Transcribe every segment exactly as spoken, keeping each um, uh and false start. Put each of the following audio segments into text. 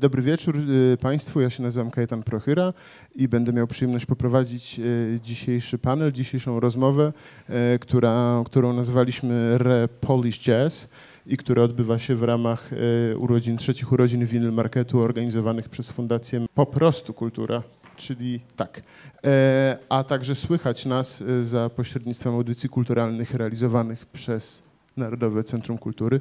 Dobry wieczór Państwu, ja się nazywam Kajetan Prochyra i będę miał przyjemność poprowadzić dzisiejszy panel, dzisiejszą rozmowę, która, którą nazwaliśmy Re-Polish Jazz i która odbywa się w ramach urodzin, trzecich urodzin Vinyl Marketu organizowanych przez Fundację Po prostu Kultura, czyli tak. A także słychać nas za pośrednictwem audycji kulturalnych realizowanych przez Narodowe Centrum Kultury,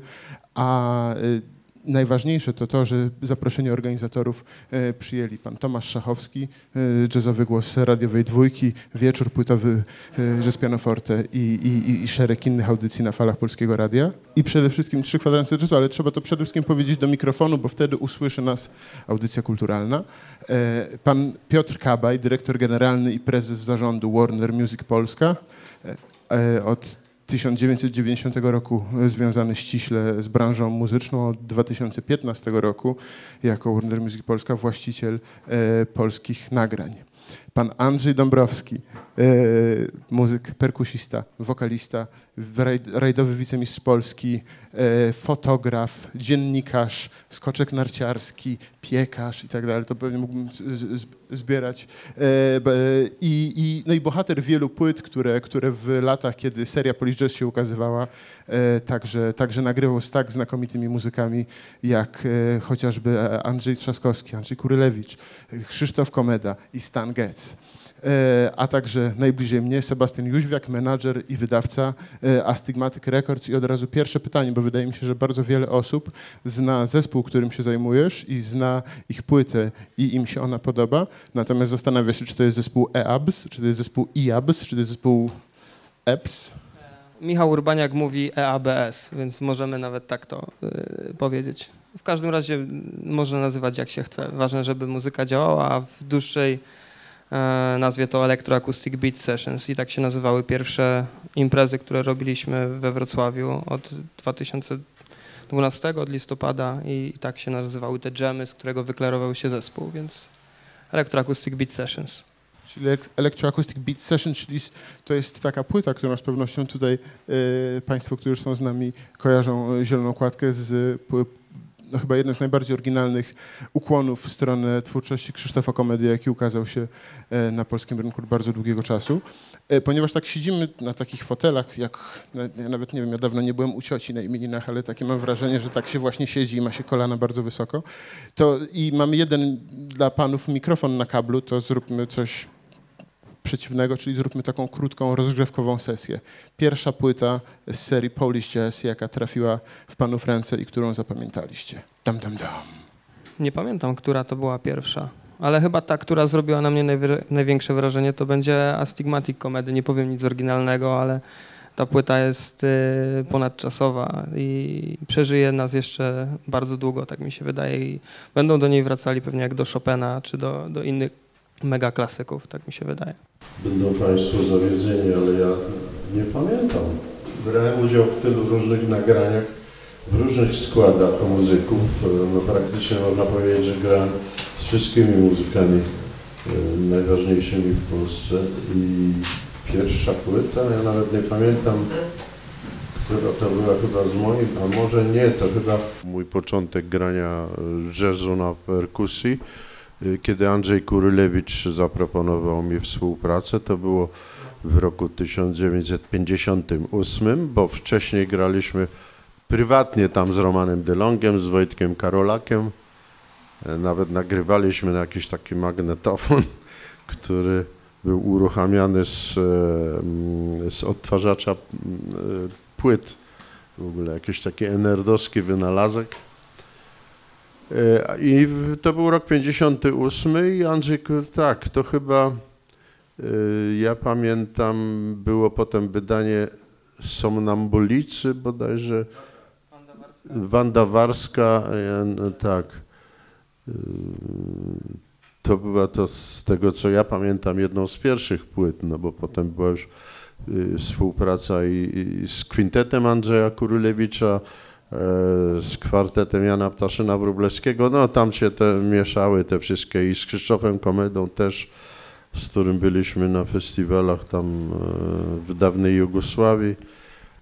a najważniejsze to to, że zaproszenie organizatorów e, przyjęli pan Tomasz Szachowski, e, jazzowy głos radiowej dwójki, wieczór płytowy e, Jazz Pianoforte i, i, i szereg innych audycji na falach Polskiego Radia. I przede wszystkim trzy kwadranse jazzu, ale trzeba to przede wszystkim powiedzieć do mikrofonu, bo wtedy usłyszy nas audycja kulturalna. E, pan Piotr Kabaj, dyrektor generalny i prezes zarządu Warner Music Polska, e, e, od tysiąc dziewięćset dziewięćdziesiątego roku związany ściśle z branżą muzyczną, od dwa tysiące piętnastego roku jako Warner Music Polska właściciel e, polskich nagrań. Pan Andrzej Dąbrowski, e, muzyk, perkusista, wokalista, rajd, rajdowy wicemistrz Polski, e, fotograf, dziennikarz, skoczek narciarski, piekarz i tak dalej. To pewnie mógłbym z, z, zbierać. E, i, i, no i bohater wielu płyt, które, które w latach, kiedy seria Polish Jazz się ukazywała, e, także, także nagrywał z tak znakomitymi muzykami jak e, chociażby Andrzej Trzaskowski, Andrzej Kurylewicz, Krzysztof Komeda i Stan Getz. A także najbliżej mnie Sebastian Jóźwiak, menadżer i wydawca Astigmatic Records. I od razu pierwsze pytanie, bo wydaje mi się, że bardzo wiele osób zna zespół, którym się zajmujesz i zna ich płytę i im się ona podoba. Natomiast zastanawia się, czy to jest zespół E A B S, czy to jest zespół I A B S, czy to jest zespół E P S. Michał Urbaniak mówi E A B S, więc możemy nawet tak to yy, powiedzieć. W każdym razie można nazywać jak się chce. Ważne, żeby muzyka działała, a w dłuższej nazwie to Electroacoustic Beat Sessions i tak się nazywały pierwsze imprezy, które robiliśmy we Wrocławiu od dwa tysiące dwunastego, od listopada i tak się nazywały te dżemy, z którego wyklarował się zespół, więc Electroacoustic Beat Sessions. Czyli Electroacoustic Beat Session, czyli to jest taka płyta, którą z pewnością tutaj e, Państwo, którzy już są z nami, kojarzą zieloną okładkę z no, chyba jeden z najbardziej oryginalnych ukłonów w stronę twórczości Krzysztofa Komedy, jaki ukazał się e, na polskim rynku od bardzo długiego czasu. E, ponieważ tak siedzimy na takich fotelach, jak ja nawet nie wiem, ja dawno nie byłem u cioci na imieninach, ale takie mam wrażenie, że tak się właśnie siedzi i ma się kolana bardzo wysoko. To i mamy jeden dla panów mikrofon na kablu, to zróbmy coś przeciwnego, czyli zróbmy taką krótką, rozgrzewkową sesję. Pierwsza płyta z serii Polish Jazz, jaka trafiła w panów ręce i którą zapamiętaliście. Dam, dam, dam. Nie pamiętam, która to była pierwsza, ale chyba ta, która zrobiła na mnie najwy- największe wrażenie, to będzie Astigmatic Comedy. Nie powiem nic oryginalnego, ale ta płyta jest y, ponadczasowa i przeżyje nas jeszcze bardzo długo, tak mi się wydaje. I będą do niej wracali pewnie jak do Chopina czy do, do innych mega klasyków, tak mi się wydaje. Będą Państwo zawiedzeni, ale ja nie pamiętam. Brałem udział w tylu różnych nagraniach, w różnych składach o muzyków. No, praktycznie można powiedzieć, że grałem z wszystkimi muzykami e, najważniejszymi w Polsce. I pierwsza płyta, ja nawet nie pamiętam, która to była chyba z moim, a może nie, to chyba mój początek grania jazzu na perkusji. Kiedy Andrzej Kurylewicz zaproponował mi współpracę, to było w roku tysiąc dziewięćset pięćdziesiątym ósmym, bo wcześniej graliśmy prywatnie tam z Romanem DeLongiem, z Wojtkiem Karolakiem. Nawet nagrywaliśmy na jakiś taki magnetofon, który był uruchamiany z, z odtwarzacza płyt. W ogóle jakiś taki enerdowski wynalazek. I to był rok pięćdziesiąty ósmy i Andrzej, tak, to chyba, ja pamiętam, było potem wydanie Somnambulicy bodajże, Wanda Warska, tak. To była to z tego, co ja pamiętam, jedną z pierwszych płyt, no bo potem była już współpraca i, i z kwintetem Andrzeja Kurylewicza, z kwartetem Jana Ptaszyna Wróblewskiego, no tam się te mieszały te wszystkie i z Krzysztofem Komedą też, z którym byliśmy na festiwalach tam w dawnej Jugosławii.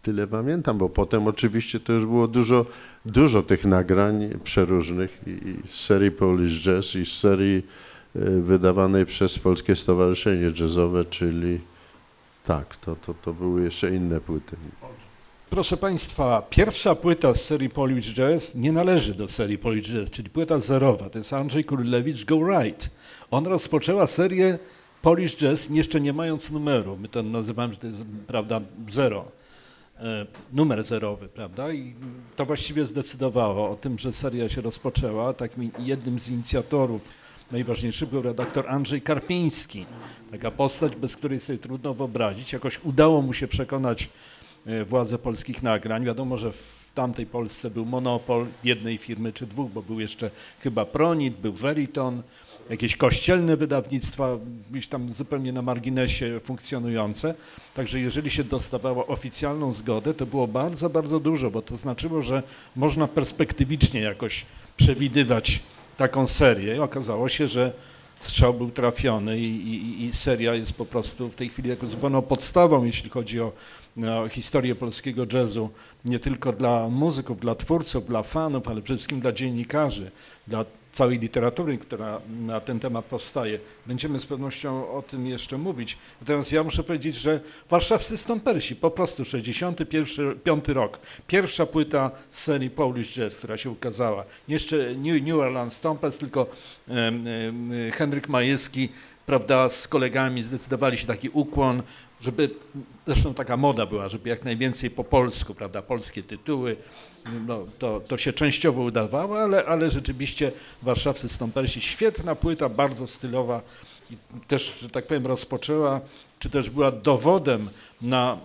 tyle pamiętam, bo potem oczywiście to już było dużo, dużo tych nagrań przeróżnych i, i z serii Polish Jazz i z serii y, wydawanej przez Polskie Stowarzyszenie Jazzowe, czyli tak, to, to, to były jeszcze inne płyty. Proszę Państwa, pierwsza płyta z serii Polish Jazz nie należy do serii Polish Jazz, czyli płyta zerowa, to jest Andrzej Królewicz Go Right. On rozpoczęła serię Polish Jazz jeszcze nie mając numeru, my to nazywamy, że to jest, prawda, zero, e, numer zerowy, prawda, i to właściwie zdecydowało o tym, że seria się rozpoczęła. Takim jednym z inicjatorów najważniejszych był redaktor Andrzej Karpiński, taka postać, bez której sobie trudno wyobrazić. Jakoś udało mu się przekonać władze polskich nagrań. Wiadomo, że w tamtej Polsce był monopol jednej firmy czy dwóch, bo był jeszcze chyba Pronit, był Veriton, jakieś kościelne wydawnictwa, gdzieś tam zupełnie na marginesie funkcjonujące. Także jeżeli się dostawało oficjalną zgodę, to było bardzo, bardzo dużo, bo to znaczyło, że można perspektywicznie jakoś przewidywać taką serię. I okazało się, że strzał był trafiony i, i, i seria jest po prostu w tej chwili jakąś zupełną podstawą, jeśli chodzi o, o historię polskiego jazzu, nie tylko dla muzyków, dla twórców, dla fanów, ale przede wszystkim dla dziennikarzy, dla całej literatury, która na ten temat powstaje. Będziemy z pewnością o tym jeszcze mówić. Natomiast ja muszę powiedzieć, że warszawscy Stompersi, po prostu sześćdziesiąty piąty rok, pierwsza płyta z serii Polish Jazz, która się ukazała. Nie jeszcze New, New Orleans Stompers, tylko um, um, Henryk Majewski, prawda, z kolegami zdecydowali się taki ukłon, żeby, zresztą taka moda była, żeby jak najwięcej po polsku, prawda, polskie tytuły, no, to, to się częściowo udawało, ale, ale rzeczywiście warszawscy Stompersi, świetna płyta, bardzo stylowa i też, że tak powiem, rozpoczęła, czy też była dowodem na,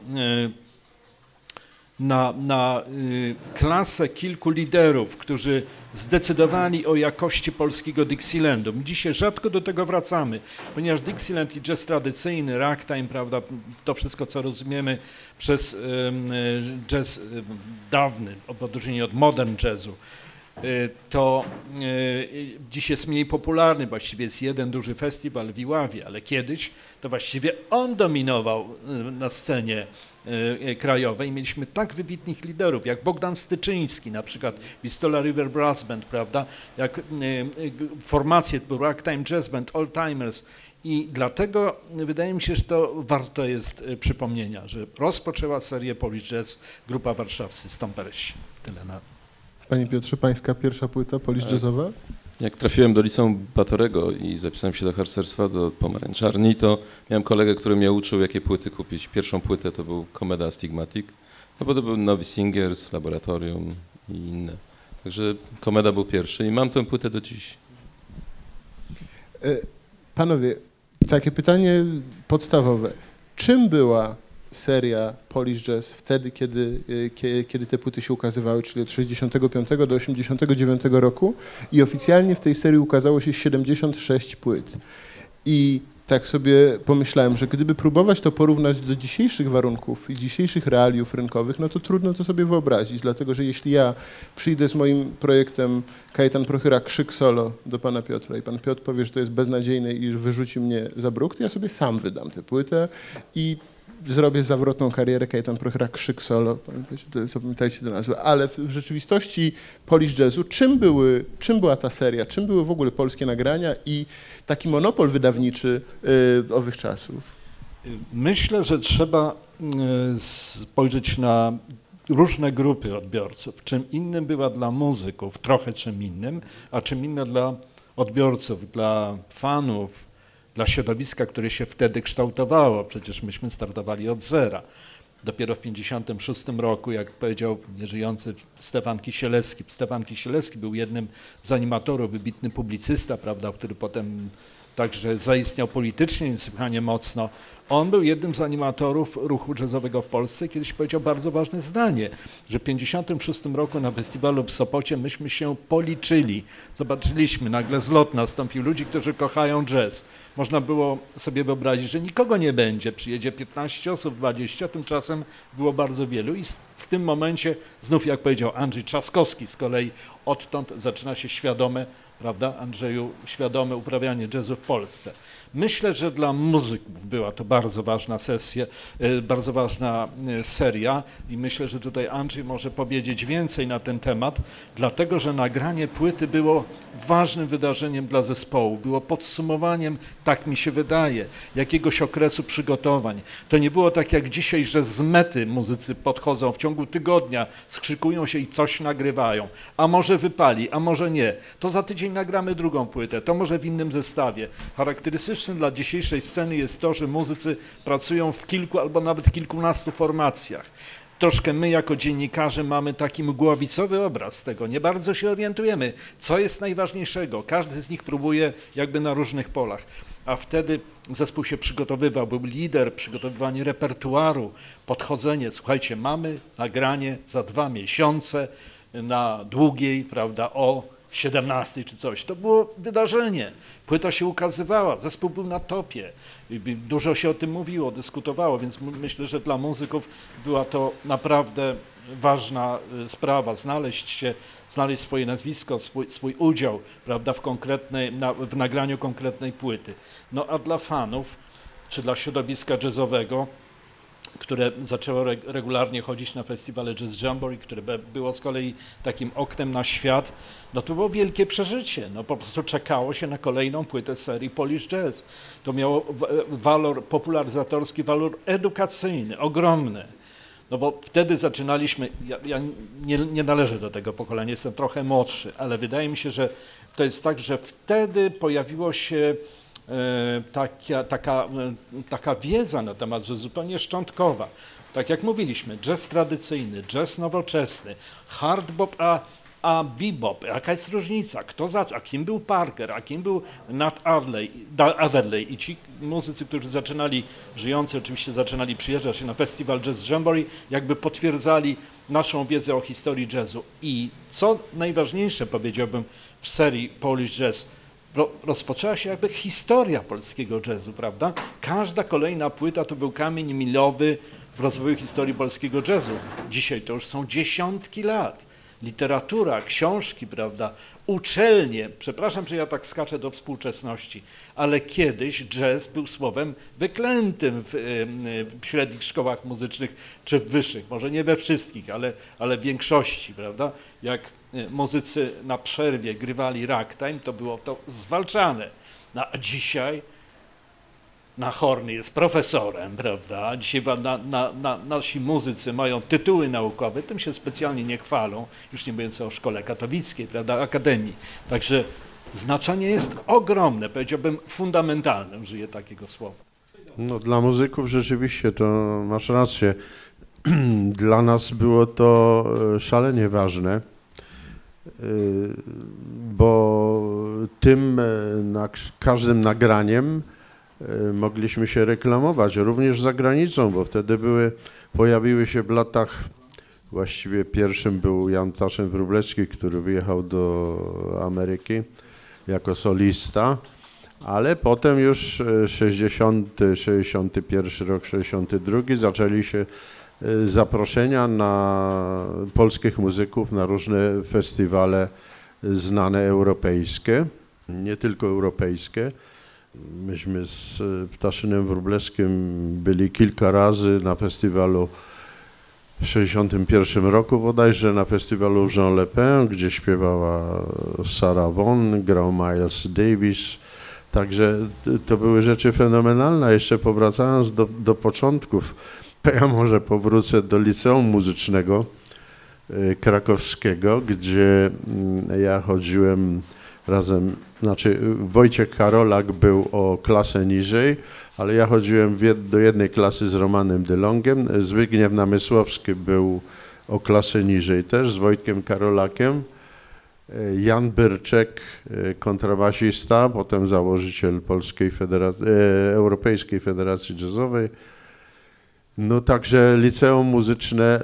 na, na klasę kilku liderów, którzy zdecydowali o jakości polskiego Dixielandu. My dzisiaj rzadko do tego wracamy, ponieważ Dixieland i jazz tradycyjny, ragtime, prawda, to wszystko, co rozumiemy przez jazz dawny, w odróżnieniu od modern jazzu, to dziś jest mniej popularny, właściwie jest jeden duży festiwal w Iławie, ale kiedyś to właściwie on dominował na scenie krajowej. Mieliśmy tak wybitnych liderów, jak Bogdan Styczyński, na przykład Wistola River Brass Band, prawda, jak formacje Ragtime Jazz Band, Old Timers. I dlatego wydaje mi się, że to warto jest przypomnienia, że rozpoczęła serię Polish Jazz grupa warszawscy Stompersi. Tyle na... Panie Piotrze, pańska pierwsza płyta Polish Jazzowa? Jak trafiłem do liceum Batorego i zapisałem się do harcerstwa, do pomarańczarni, to miałem kolegę, który mnie uczył, jakie płyty kupić. Pierwszą płytę to był Komeda Astigmatic, no bo to był Nowy Singers, Laboratorium i inne. Także Komeda był pierwszy i mam tę płytę do dziś. Panowie, takie pytanie podstawowe. Czym była seria Polish Jazz wtedy, kiedy, kiedy te płyty się ukazywały, czyli od sześćdziesiątego piątego do osiemdziesiątego dziewiątego roku i oficjalnie w tej serii ukazało się siedemdziesiąt sześć płyt. I tak sobie pomyślałem, że gdyby próbować to porównać do dzisiejszych warunków i dzisiejszych realiów rynkowych, no to trudno to sobie wyobrazić, dlatego że jeśli ja przyjdę z moim projektem Kajetan Prochyra Krzyk Solo do pana Piotra i pan Piotr powie, że to jest beznadziejne i wyrzuci mnie za bruk, to ja sobie sam wydam tę płytę i zrobię zawrotną karierę Kajetan Prochyra Krzyk Solo, zapamiętajcie tę nazwę, ale w, w rzeczywistości Polish Jazzu, czym, były, czym była ta seria, czym były w ogóle polskie nagrania i taki monopol wydawniczy y, owych czasów? Myślę, że trzeba y, spojrzeć na różne grupy odbiorców. Czym innym była dla muzyków, trochę czym innym, a czym innym dla odbiorców, dla fanów, dla środowiska, które się wtedy kształtowało. Przecież myśmy startowali od zera. Dopiero w pięćdziesiątym szóstym roku, jak powiedział nieżyjący Stefan Kisielewski, Stefan Kisielewski był jednym z animatorów, wybitny publicysta, prawda, który potem także zaistniał politycznie niesłychanie mocno. On był jednym z animatorów ruchu jazzowego w Polsce. Kiedyś powiedział bardzo ważne zdanie, że w pięćdziesiątym szóstym roku na festiwalu w Sopocie myśmy się policzyli. Zobaczyliśmy, nagle zlot nastąpił ludzi, którzy kochają jazz. Można było sobie wyobrazić, że nikogo nie będzie, przyjedzie piętnaście osób, dwadzieścia, tymczasem było bardzo wielu i w tym momencie znów, jak powiedział Andrzej Trzaskowski, z kolei odtąd zaczyna się świadome, prawda, Andrzeju, świadome uprawianie jazzu w Polsce. Myślę, że dla muzyków była to bardzo ważna sesja, bardzo ważna seria i myślę, że tutaj Andrzej może powiedzieć więcej na ten temat, dlatego że nagranie płyty było ważnym wydarzeniem dla zespołu, było podsumowaniem, tak mi się wydaje, jakiegoś okresu przygotowań. To nie było tak jak dzisiaj, że z mety muzycy podchodzą w ciągu tygodnia, skrzykują się i coś nagrywają, a może wypali, a może nie. To za tydzień nagramy drugą płytę, to może w innym zestawie. Charakterystyczne dla dzisiejszej sceny jest to, że muzycy pracują w kilku albo nawet kilkunastu formacjach. Troszkę my jako dziennikarze mamy taki mgławicowy obraz tego, nie bardzo się orientujemy, co jest najważniejszego. Każdy z nich próbuje jakby na różnych polach, a wtedy zespół się przygotowywał, był lider, przygotowywanie repertuaru, podchodzenie, słuchajcie, mamy nagranie za dwa miesiące na Długiej, prawda, o siedemnastej czy coś. To było wydarzenie. Płyta się ukazywała, zespół był na topie. Dużo się o tym mówiło, dyskutowało, więc myślę, że dla muzyków była to naprawdę ważna sprawa, znaleźć się, znaleźć swoje nazwisko, swój, swój udział, prawda, w konkretnej, na, w nagraniu konkretnej płyty. No a dla fanów, czy dla środowiska jazzowego, które zaczęło regularnie chodzić na festiwale Jazz Jamboree, które było z kolei takim oknem na świat, no to było wielkie przeżycie. No po prostu czekało się na kolejną płytę serii Polish Jazz. To miało walor popularyzatorski, walor edukacyjny, ogromny. No bo wtedy zaczynaliśmy, ja, ja nie, nie należę do tego pokolenia, jestem trochę młodszy, ale wydaje mi się, że to jest tak, że wtedy pojawiło się Taka, taka, taka wiedza na temat, że zupełnie szczątkowa. Tak jak mówiliśmy, jazz tradycyjny, jazz nowoczesny, hard bop, a, a bebop. Jaka jest różnica? Kto zaczął? A kim był Parker? A kim był Nat Adderley? Adderley? I ci muzycy, którzy zaczynali, żyjący oczywiście zaczynali przyjeżdżać na festiwal Jazz Jamboree, jakby potwierdzali naszą wiedzę o historii jazzu. I co najważniejsze, powiedziałbym, w serii Polish Jazz, rozpoczęła się jakby historia polskiego jazzu, prawda? Każda kolejna płyta to był kamień milowy w rozwoju historii polskiego jazzu. Dzisiaj to już są dziesiątki lat. Literatura, książki, prawda? Uczelnie. Przepraszam, że ja tak skaczę do współczesności, ale kiedyś jazz był słowem wyklętym w, w średnich szkołach muzycznych czy w wyższych. Może nie we wszystkich, ale, ale w większości, prawda? Jak muzycy na przerwie grywali ragtime, to było to zwalczane. No, a dzisiaj na Horny jest profesorem, prawda? Dzisiaj na, na, na, nasi muzycy mają tytuły naukowe, tym się specjalnie nie chwalą, już nie mówiąc o szkole katowickiej, prawda, akademii. Także znaczenie jest ogromne, powiedziałbym fundamentalne, użyję takiego słowa. No dla muzyków rzeczywiście to masz rację. Dla nas było to szalenie ważne, bo tym na każdym nagraniem mogliśmy się reklamować, również za granicą, bo wtedy były, pojawiły się w latach, właściwie pierwszym był Jan Ptaszyn-Wróblewski, który wyjechał do Ameryki jako solista, ale potem już sześćdziesiąty, sześćdziesiąty pierwszy rok, sześćdziesiąty drugi zaczęli się zaproszenia na polskich muzyków na różne festiwale znane europejskie, nie tylko europejskie. Myśmy z Ptaszynem Wróblewskim byli kilka razy na festiwalu w sześćdziesiątym pierwszym roku bodajże, na festiwalu Jean Le Pen, gdzie śpiewała Sarah Vaughan, grał Miles Davis. Także to były rzeczy fenomenalne. Jeszcze powracając do, do początków, ja może powrócę do liceum muzycznego krakowskiego, gdzie ja chodziłem razem, znaczy Wojciech Karolak był o klasę niżej, ale ja chodziłem jed, do jednej klasy z Romanem DeLongiem, Zbigniew Namysłowski był o klasę niżej też z Wojtkiem Karolakiem, Jan Byrczek, kontrabasista, potem założyciel Polskiej Federacji, Europejskiej Federacji Jazzowej. No także liceum muzyczne,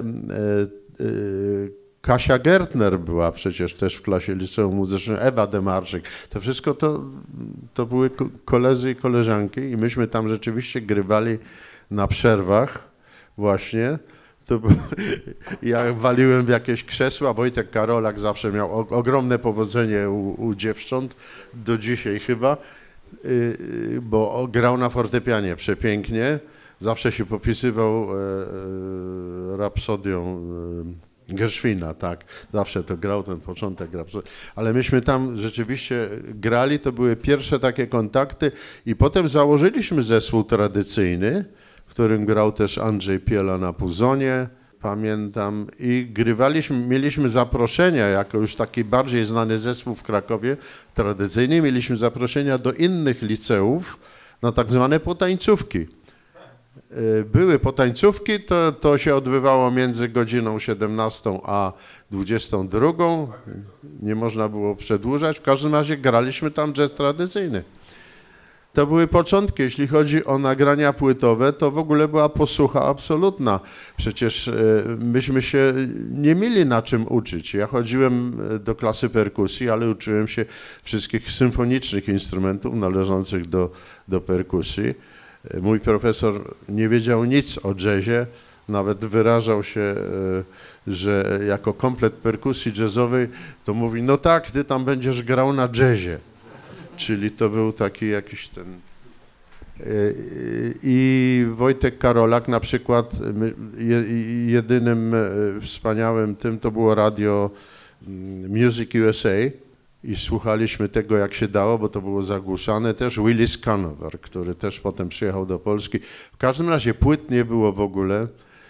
Kasia Gertner była przecież też w klasie liceum muzycznym, Ewa Demarczyk. To wszystko to, to były koledzy i koleżanki i myśmy tam rzeczywiście grywali na przerwach właśnie. To ja waliłem w jakieś krzesła, Wojtek Karolak zawsze miał ogromne powodzenie u, u dziewcząt, do dzisiaj chyba. bo grał na fortepianie przepięknie, zawsze się popisywał rapsodią Gershwina, tak, zawsze to grał, ten początek rapsodii, ale myśmy tam rzeczywiście grali, to były pierwsze takie kontakty i potem założyliśmy zespół tradycyjny, w którym grał też Andrzej Piela na puzonie, pamiętam, i grywaliśmy, mieliśmy zaproszenia, jako już taki bardziej znany zespół w Krakowie, tradycyjnie mieliśmy zaproszenia do innych liceów na tak zwane potańcówki. Były potańcówki, to, to się odbywało między godziną siedemnastą a dwudziestą drugą, nie można było przedłużać, w każdym razie graliśmy tam jazz tradycyjny. To były początki, jeśli chodzi o nagrania płytowe, to w ogóle była posłucha absolutna. Przecież myśmy się nie mieli na czym uczyć. Ja chodziłem do klasy perkusji, ale uczyłem się wszystkich symfonicznych instrumentów należących do, do perkusji. Mój profesor nie wiedział nic o jazzie, nawet wyrażał się, że jako komplet perkusji jazzowej, to mówi, no tak, ty tam będziesz grał na jazzie. Czyli to był taki jakiś ten... I Wojtek Karolak na przykład, jedynym wspaniałym tym to było radio Music U S A i słuchaliśmy tego jak się dało, bo to było zagłuszane. Też Willis Conover, który też potem przyjechał do Polski. W każdym razie płyt nie było w ogóle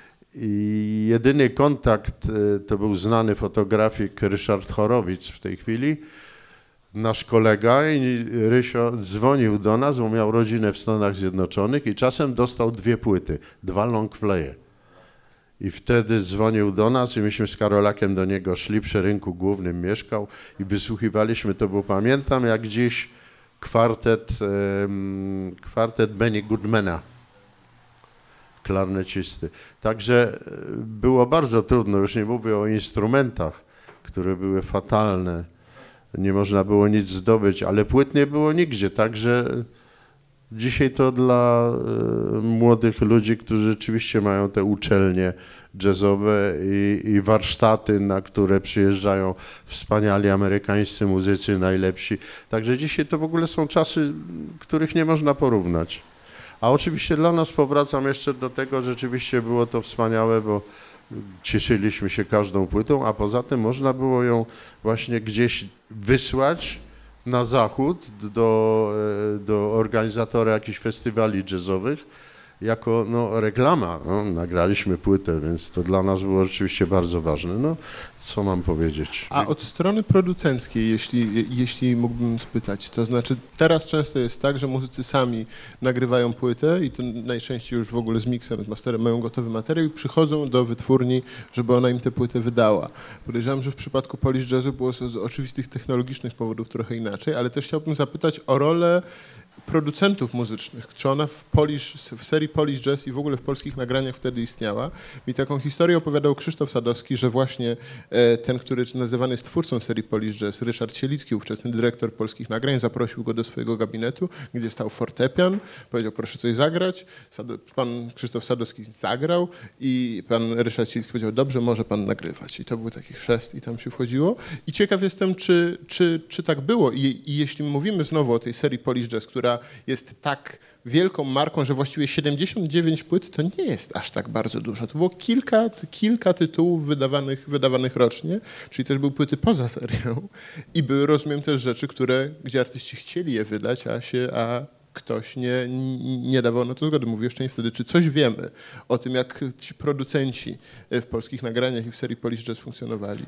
i jedyny kontakt to był znany fotografik Ryszard Chorowicz w tej chwili, nasz kolega, i Rysio dzwonił do nas, bo miał rodzinę w Stanach Zjednoczonych i czasem dostał dwie płyty, dwa long playe. I wtedy dzwonił do nas i myśmy z Karolakiem do niego szli, przy rynku głównym mieszkał i wysłuchiwaliśmy, to był, pamiętam jak dziś, kwartet, um, kwartet Benny Goodmana, klarnecisty. Także było bardzo trudno, już nie mówię o instrumentach, które były fatalne. Nie można było nic zdobyć, ale płyt nie było nigdzie, także dzisiaj to dla y, młodych ludzi, którzy rzeczywiście mają te uczelnie jazzowe i, i warsztaty, na które przyjeżdżają wspaniali amerykańscy muzycy, najlepsi. Także dzisiaj to w ogóle są czasy, których nie można porównać. A oczywiście dla nas, powracam jeszcze do tego, rzeczywiście było to wspaniałe, bo cieszyliśmy się każdą płytą, a poza tym można było ją właśnie gdzieś wysłać na zachód do, do organizatora jakichś festiwali jazzowych jako no, reklama. No, nagraliśmy płytę, więc to dla nas było rzeczywiście bardzo ważne. No, co mam powiedzieć? A od strony producenckiej, jeśli, jeśli mógłbym spytać, to znaczy teraz często jest tak, że muzycy sami nagrywają płytę i to najczęściej już w ogóle z miksem, z masterem mają gotowy materiał i przychodzą do wytwórni, żeby ona im tę płytę wydała. Podejrzewam, że w przypadku Polish Jazzu było z oczywistych technologicznych powodów trochę inaczej, ale też chciałbym zapytać o rolę producentów muzycznych, czy ona w, Polish, w serii Polish Jazz i w ogóle w polskich nagraniach wtedy istniała. Mi taką historię opowiadał Krzysztof Sadowski, że właśnie ten, który nazywany jest twórcą serii Polish Jazz, Ryszard Sielicki, ówczesny dyrektor polskich nagrań, zaprosił go do swojego gabinetu, gdzie stał fortepian, powiedział, proszę coś zagrać. Pan Krzysztof Sadowski zagrał i pan Ryszard Sielicki powiedział, dobrze, może pan nagrywać. I to był taki chrzest i tam się wchodziło. I ciekaw jestem, czy, czy, czy tak było. I, I jeśli mówimy znowu o tej serii Polish Jazz, która jest tak wielką marką, że właściwie siedemdziesiąt dziewięć płyt to nie jest aż tak bardzo dużo. To było kilka, kilka tytułów wydawanych, wydawanych rocznie, czyli też były płyty poza serią i były, rozumiem, też rzeczy, które, gdzie artyści chcieli je wydać, a, się, a ktoś nie, nie dawał na to zgody. Mówię jeszcze nie wtedy, czy coś wiemy o tym, jak ci producenci w polskich nagraniach i w serii Polish Jazz funkcjonowali.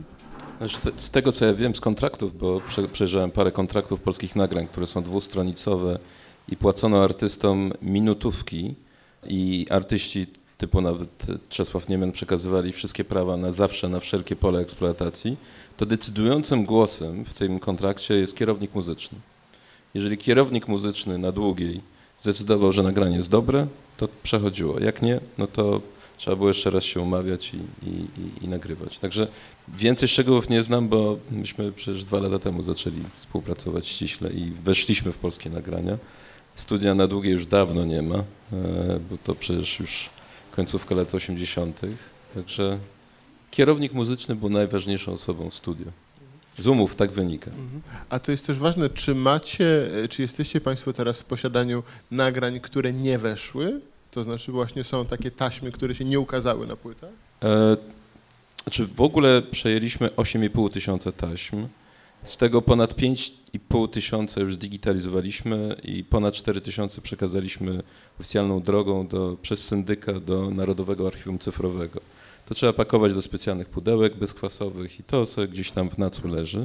Z tego, co ja wiem z kontraktów, bo przejrzałem parę kontraktów polskich nagrań, które są dwustronicowe i płacono artystom minutówki i artyści typu nawet Czesław Niemen przekazywali wszystkie prawa na zawsze, na wszelkie pole eksploatacji, to decydującym głosem w tym kontrakcie jest kierownik muzyczny. Jeżeli kierownik muzyczny na Długiej zdecydował, że nagranie jest dobre, to przechodziło. Jak nie, no to trzeba było jeszcze raz się umawiać i, i, i, i nagrywać. Także więcej szczegółów nie znam, bo myśmy przecież dwa lata temu zaczęli współpracować ściśle i weszliśmy w polskie nagrania. Studia na Długiej już dawno nie ma, bo to przecież już końcówka lat osiemdziesiątych. Także kierownik muzyczny był najważniejszą osobą w studiu. Z umów tak wynika. A to jest też ważne, czy macie, czy jesteście Państwo teraz w posiadaniu nagrań, które nie weszły? To znaczy właśnie są takie taśmy, które się nie ukazały na płytach? E, znaczy w ogóle przejęliśmy osiem i pół tysiąca taśm, z tego ponad pięć i pół tysiąca już digitalizowaliśmy i ponad cztery tysiące przekazaliśmy oficjalną drogą do, przez syndyka do Narodowego Archiwum Cyfrowego. To trzeba pakować do specjalnych pudełek bezkwasowych i to sobie gdzieś tam w nacu leży.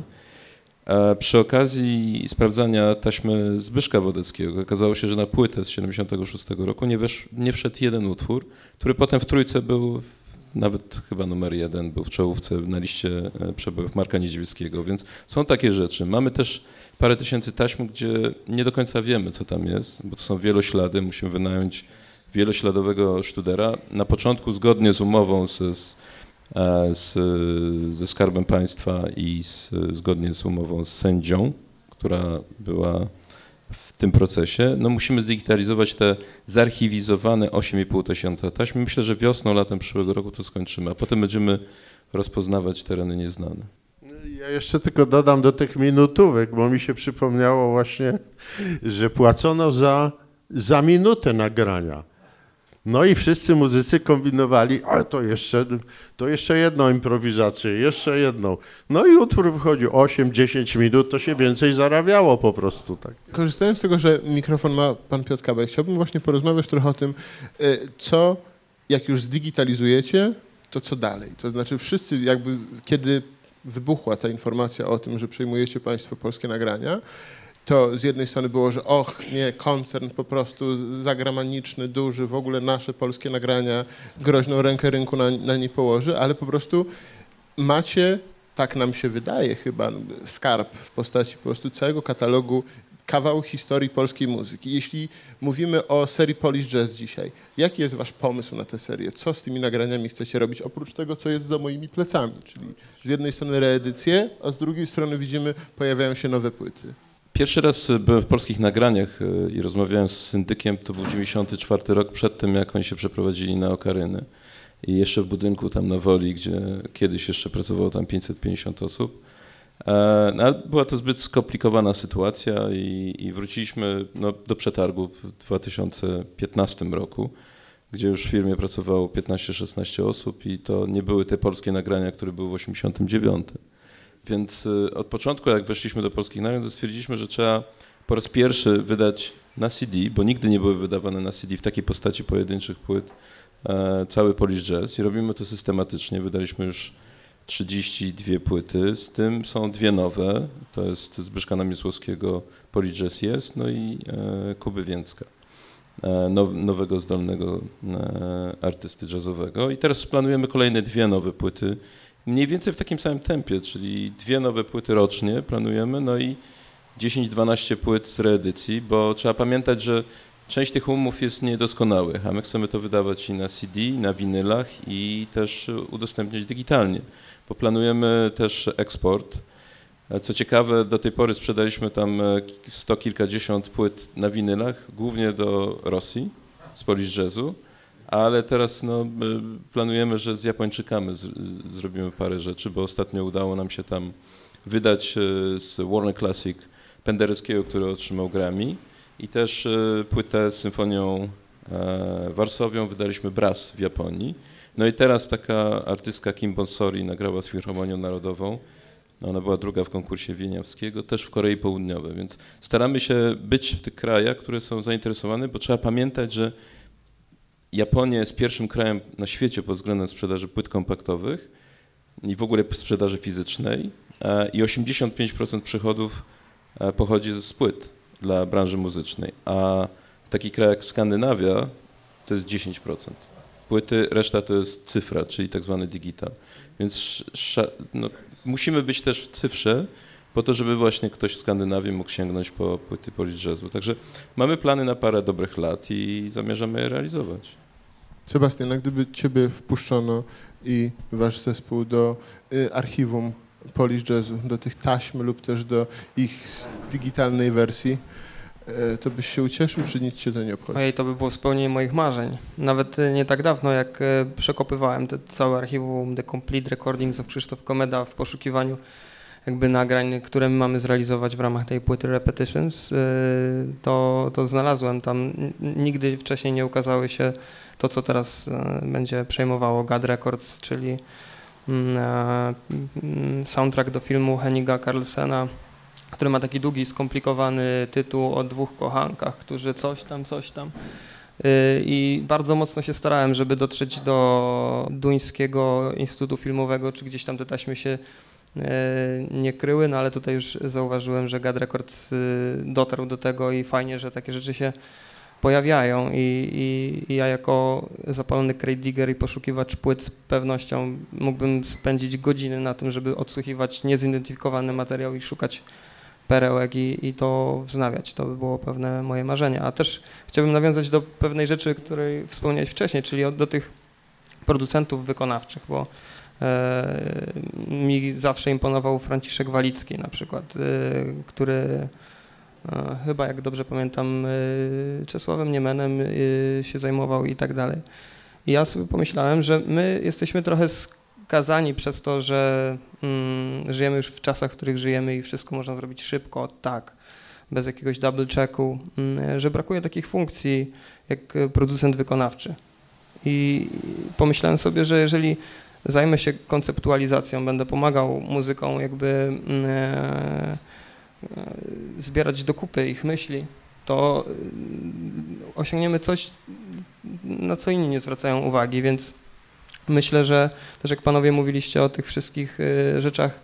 A przy okazji sprawdzania taśmy Zbyszka Wodeckiego okazało się, że na płytę z siedemdziesiątego szóstego roku nie, wesz, nie wszedł jeden utwór, który potem w trójce był, nawet chyba numer jeden, był w czołówce na liście przebojów Marka Niedźwieckiego, więc są takie rzeczy. Mamy też parę tysięcy taśm, gdzie nie do końca wiemy, co tam jest, bo to są wieloślady, musimy wynająć wielośladowego sztudera. Na początku zgodnie z umową z, z, ze Skarbem Państwa i z, zgodnie z umową z sędzią, która była w tym procesie, no musimy zdigitalizować te zarchiwizowane osiem i pół tysiąca taśm. Myślę, że wiosną, latem przyszłego roku to skończymy, a potem będziemy rozpoznawać tereny nieznane. Ja jeszcze tylko dodam do tych minutówek, bo mi się przypomniało właśnie, że płacono za, za minutę nagrania. No i wszyscy muzycy kombinowali, ale to jeszcze, to jeszcze jedną improwizację, jeszcze jedną. No i utwór wychodził osiem dziesięć minut, to się więcej zarabiało po prostu. Tak. Korzystając z tego, że mikrofon ma pan Piotr Kabek, chciałbym właśnie porozmawiać trochę o tym, co, jak już zdigitalizujecie, to co dalej? To znaczy wszyscy jakby, kiedy wybuchła ta informacja o tym, że przejmujecie państwo polskie nagrania, to z jednej strony było, że och, nie, koncern po prostu zagraniczny, duży, w ogóle nasze polskie nagrania groźną rękę rynku na, na nie położy, ale po prostu macie, tak nam się wydaje chyba, skarb w postaci po prostu całego katalogu kawał historii polskiej muzyki. Jeśli mówimy o serii Polish Jazz dzisiaj, jaki jest wasz pomysł na tę serię? Co z tymi nagraniami chcecie robić, oprócz tego, co jest za moimi plecami? Czyli z jednej strony reedycje, a z drugiej strony widzimy, pojawiają się nowe płyty. Pierwszy raz byłem w polskich nagraniach i rozmawiałem z syndykiem, to był dziewięćdziesiąty czwarty rok, przed tym jak oni się przeprowadzili na Okaryny. I jeszcze w budynku tam na Woli, gdzie kiedyś jeszcze pracowało tam pięćset pięćdziesiąt osób. No, ale była to zbyt skomplikowana sytuacja i, i wróciliśmy no, do przetargu w dwa tysiące piętnastym roku, gdzie już w firmie pracowało piętnaście szesnaście osób i to nie były te polskie nagrania, które były w osiemdziesiątym dziewiątym. Więc od początku, jak weszliśmy do polskich nagrań, to stwierdziliśmy, że trzeba po raz pierwszy wydać na C D, bo nigdy nie były wydawane na C D w takiej postaci pojedynczych płyt, e, cały Polish Jazz i robimy to systematycznie. Wydaliśmy już trzydzieści dwie płyty, z tym są dwie nowe, to jest Zbyszka Namiesłowskiego Polish Jazz jest, no i e, Kuby Więcka, e, now, nowego zdolnego e, artysty jazzowego. I teraz planujemy kolejne dwie nowe płyty, mniej więcej w takim samym tempie, czyli dwie nowe płyty rocznie planujemy, no i dziesięć dwanaście płyt z reedycji, bo trzeba pamiętać, że część tych umów jest niedoskonałych, a my chcemy to wydawać i na C D, i na winylach i też udostępniać digitalnie, bo planujemy też eksport. Co ciekawe, do tej pory sprzedaliśmy tam sto kilkadziesiąt płyt na winylach, głównie do Rosji, z Polish Jazzu, ale teraz no, planujemy, że z Japończykami z, zrobimy parę rzeczy, bo ostatnio udało nam się tam wydać z Warner Classic Pendereckiego, który otrzymał Grammy i też płytę z symfonią Warsowią wydaliśmy Brass w Japonii. No i teraz taka artystka Kim Bonsori nagrała z Filharmonią Narodową. Ona była druga w konkursie wieniawskiego, też w Korei Południowej, więc staramy się być w tych krajach, które są zainteresowane, bo trzeba pamiętać, że Japonia jest pierwszym krajem na świecie pod względem sprzedaży płyt kompaktowych i w ogóle sprzedaży fizycznej i osiemdziesiąt pięć procent przychodów pochodzi z płyt dla branży muzycznej, a w takich krajach jak Skandynawia to jest dziesięć procent. Płyty, reszta to jest cyfra, czyli tak zwany digital. Więc no, musimy być też w cyfrze po to, żeby właśnie ktoś w Skandynawii mógł sięgnąć po płyty Polish Jazzu. Także mamy plany na parę dobrych lat i zamierzamy je realizować. Sebastian, a gdyby ciebie wpuszczono i wasz zespół do y, archiwum Polish Jazzu, do tych taśm lub też do ich digitalnej wersji, y, to byś się ucieszył, czy nic cię to nie obchodzi? Ojej, to by było spełnienie moich marzeń. Nawet nie tak dawno, jak przekopywałem te całe archiwum The Complete Recordings of Krzysztof Komeda w poszukiwaniu jakby nagrań, które my mamy zrealizować w ramach tej płyty Repetitions, to, to znalazłem tam. Nigdy wcześniej nie ukazały się to, co teraz będzie przejmowało God Records, czyli soundtrack do filmu Henniga Carlsena, który ma taki długi, skomplikowany tytuł o dwóch kochankach, którzy coś tam, coś tam. I bardzo mocno się starałem, żeby dotrzeć do Duńskiego Instytutu Filmowego, czy gdzieś tam te taśmy się nie kryły, no ale tutaj już zauważyłem, że God Records dotarł do tego i fajnie, że takie rzeczy się pojawiają i, i, i ja jako zapalony crate digger i poszukiwacz płyt z pewnością mógłbym spędzić godziny na tym, żeby odsłuchiwać niezidentyfikowany materiał i szukać perełek i, i to wznawiać. To by było pewne moje marzenie. A też chciałbym nawiązać do pewnej rzeczy, której wspomniałeś wcześniej, czyli od, do tych producentów wykonawczych, bo e, mi zawsze imponował Franciszek Walicki na przykład, e, który e, chyba, jak dobrze pamiętam, e, Czesławem Niemenem e, się zajmował i tak dalej. I ja sobie pomyślałem, że my jesteśmy trochę skazani przez to, że mm, żyjemy już w czasach, w których żyjemy i wszystko można zrobić szybko, tak, bez jakiegoś double checku, mm, że brakuje takich funkcji jak producent wykonawczy. I pomyślałem sobie, że jeżeli zajmę się konceptualizacją, będę pomagał muzykom jakby e, zbierać do kupy ich myśli, to osiągniemy coś, na co inni nie zwracają uwagi, więc myślę, że też jak panowie mówiliście o tych wszystkich rzeczach,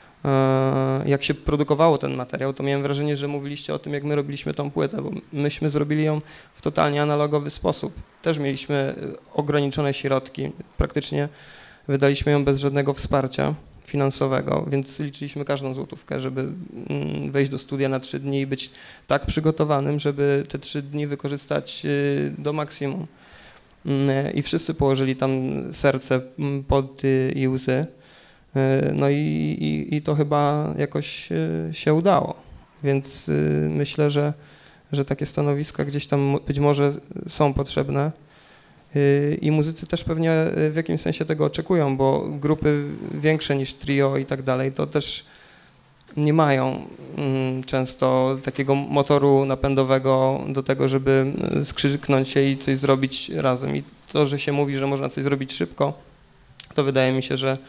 jak się produkowało ten materiał, to miałem wrażenie, że mówiliście o tym, jak my robiliśmy tą płytę, bo myśmy zrobili ją w totalnie analogowy sposób. Też mieliśmy ograniczone środki, praktycznie wydaliśmy ją bez żadnego wsparcia finansowego, więc liczyliśmy każdą złotówkę, żeby wejść do studia na trzy dni i być tak przygotowanym, żeby te trzy dni wykorzystać do maksimum. I wszyscy położyli tam serce, pot i łzy. No i, i, i to chyba jakoś się udało, więc myślę, że, że takie stanowiska gdzieś tam być może są potrzebne i muzycy też pewnie w jakimś sensie tego oczekują, bo grupy większe niż trio i tak dalej to też nie mają często takiego motoru napędowego do tego, żeby skrzyknąć się i coś zrobić razem. I to, że się mówi, że można coś zrobić szybko, to wydaje mi się, że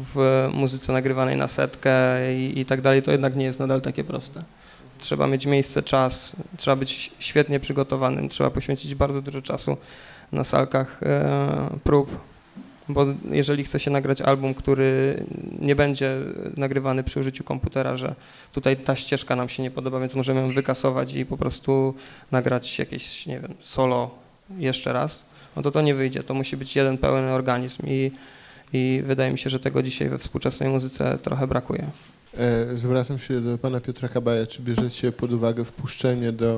w muzyce nagrywanej na setkę i, i tak dalej, to jednak nie jest nadal takie proste. Trzeba mieć miejsce, czas, trzeba być świetnie przygotowanym, trzeba poświęcić bardzo dużo czasu na salkach e, prób, bo jeżeli chce się nagrać album, który nie będzie nagrywany przy użyciu komputera, że tutaj ta ścieżka nam się nie podoba, więc możemy ją wykasować i po prostu nagrać jakieś, nie wiem, solo jeszcze raz, no to to nie wyjdzie, to musi być jeden pełen organizm i I wydaje mi się, że tego dzisiaj we współczesnej muzyce trochę brakuje. Zwracam się do pana Piotra Kabaja. Czy bierzecie pod uwagę wpuszczenie do,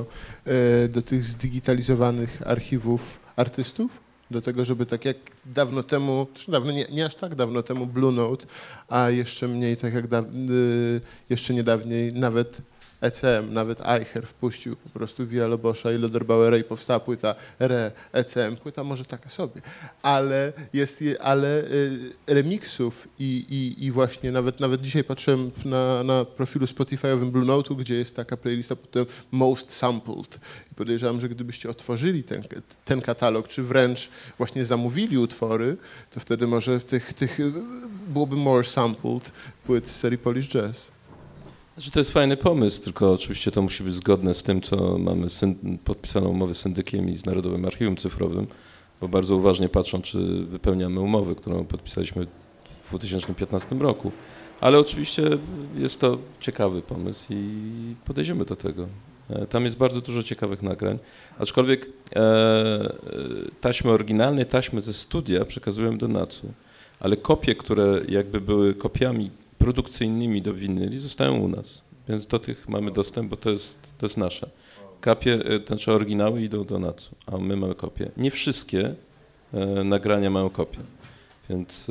do tych zdigitalizowanych archiwów artystów? Do tego, żeby tak jak dawno temu, czy dawno, nie, nie aż tak dawno temu Blue Note, a jeszcze mniej tak jak da, jeszcze niedawniej nawet E C M, nawet Eicher wpuścił po prostu Via Lobosza i Loderbauera i powstała płyta Re E C M, płyta może taka sobie, ale jest, ale remixów i, i, i właśnie nawet, nawet dzisiaj patrzyłem na, na profilu Spotify'owym Blue Note'u, gdzie jest taka playlista potem Most Sampled i podejrzewam, że gdybyście otworzyli ten, ten katalog, czy wręcz właśnie zamówili utwory, to wtedy może tych, tych byłoby more sampled płyt z serii Polish Jazz. Znaczy, to jest fajny pomysł, tylko oczywiście to musi być zgodne z tym, co mamy syn- podpisaną umowę z Syndykiem i z Narodowym Archiwum Cyfrowym, bo bardzo uważnie patrzą, czy wypełniamy umowę, którą podpisaliśmy w dwa tysiące piętnastym roku. Ale oczywiście jest to ciekawy pomysł i podejdziemy do tego. Tam jest bardzo dużo ciekawych nagrań, aczkolwiek e, taśmy oryginalne, taśmy ze studia przekazują do nacu, ale kopie, które jakby były kopiami produkcyjnymi do winyli zostają u nas, więc do tych mamy dostęp, bo to jest, to jest nasze. Kapie, znaczy oryginały idą do nacu, a my mamy kopie. Nie wszystkie e, nagrania mają kopie, więc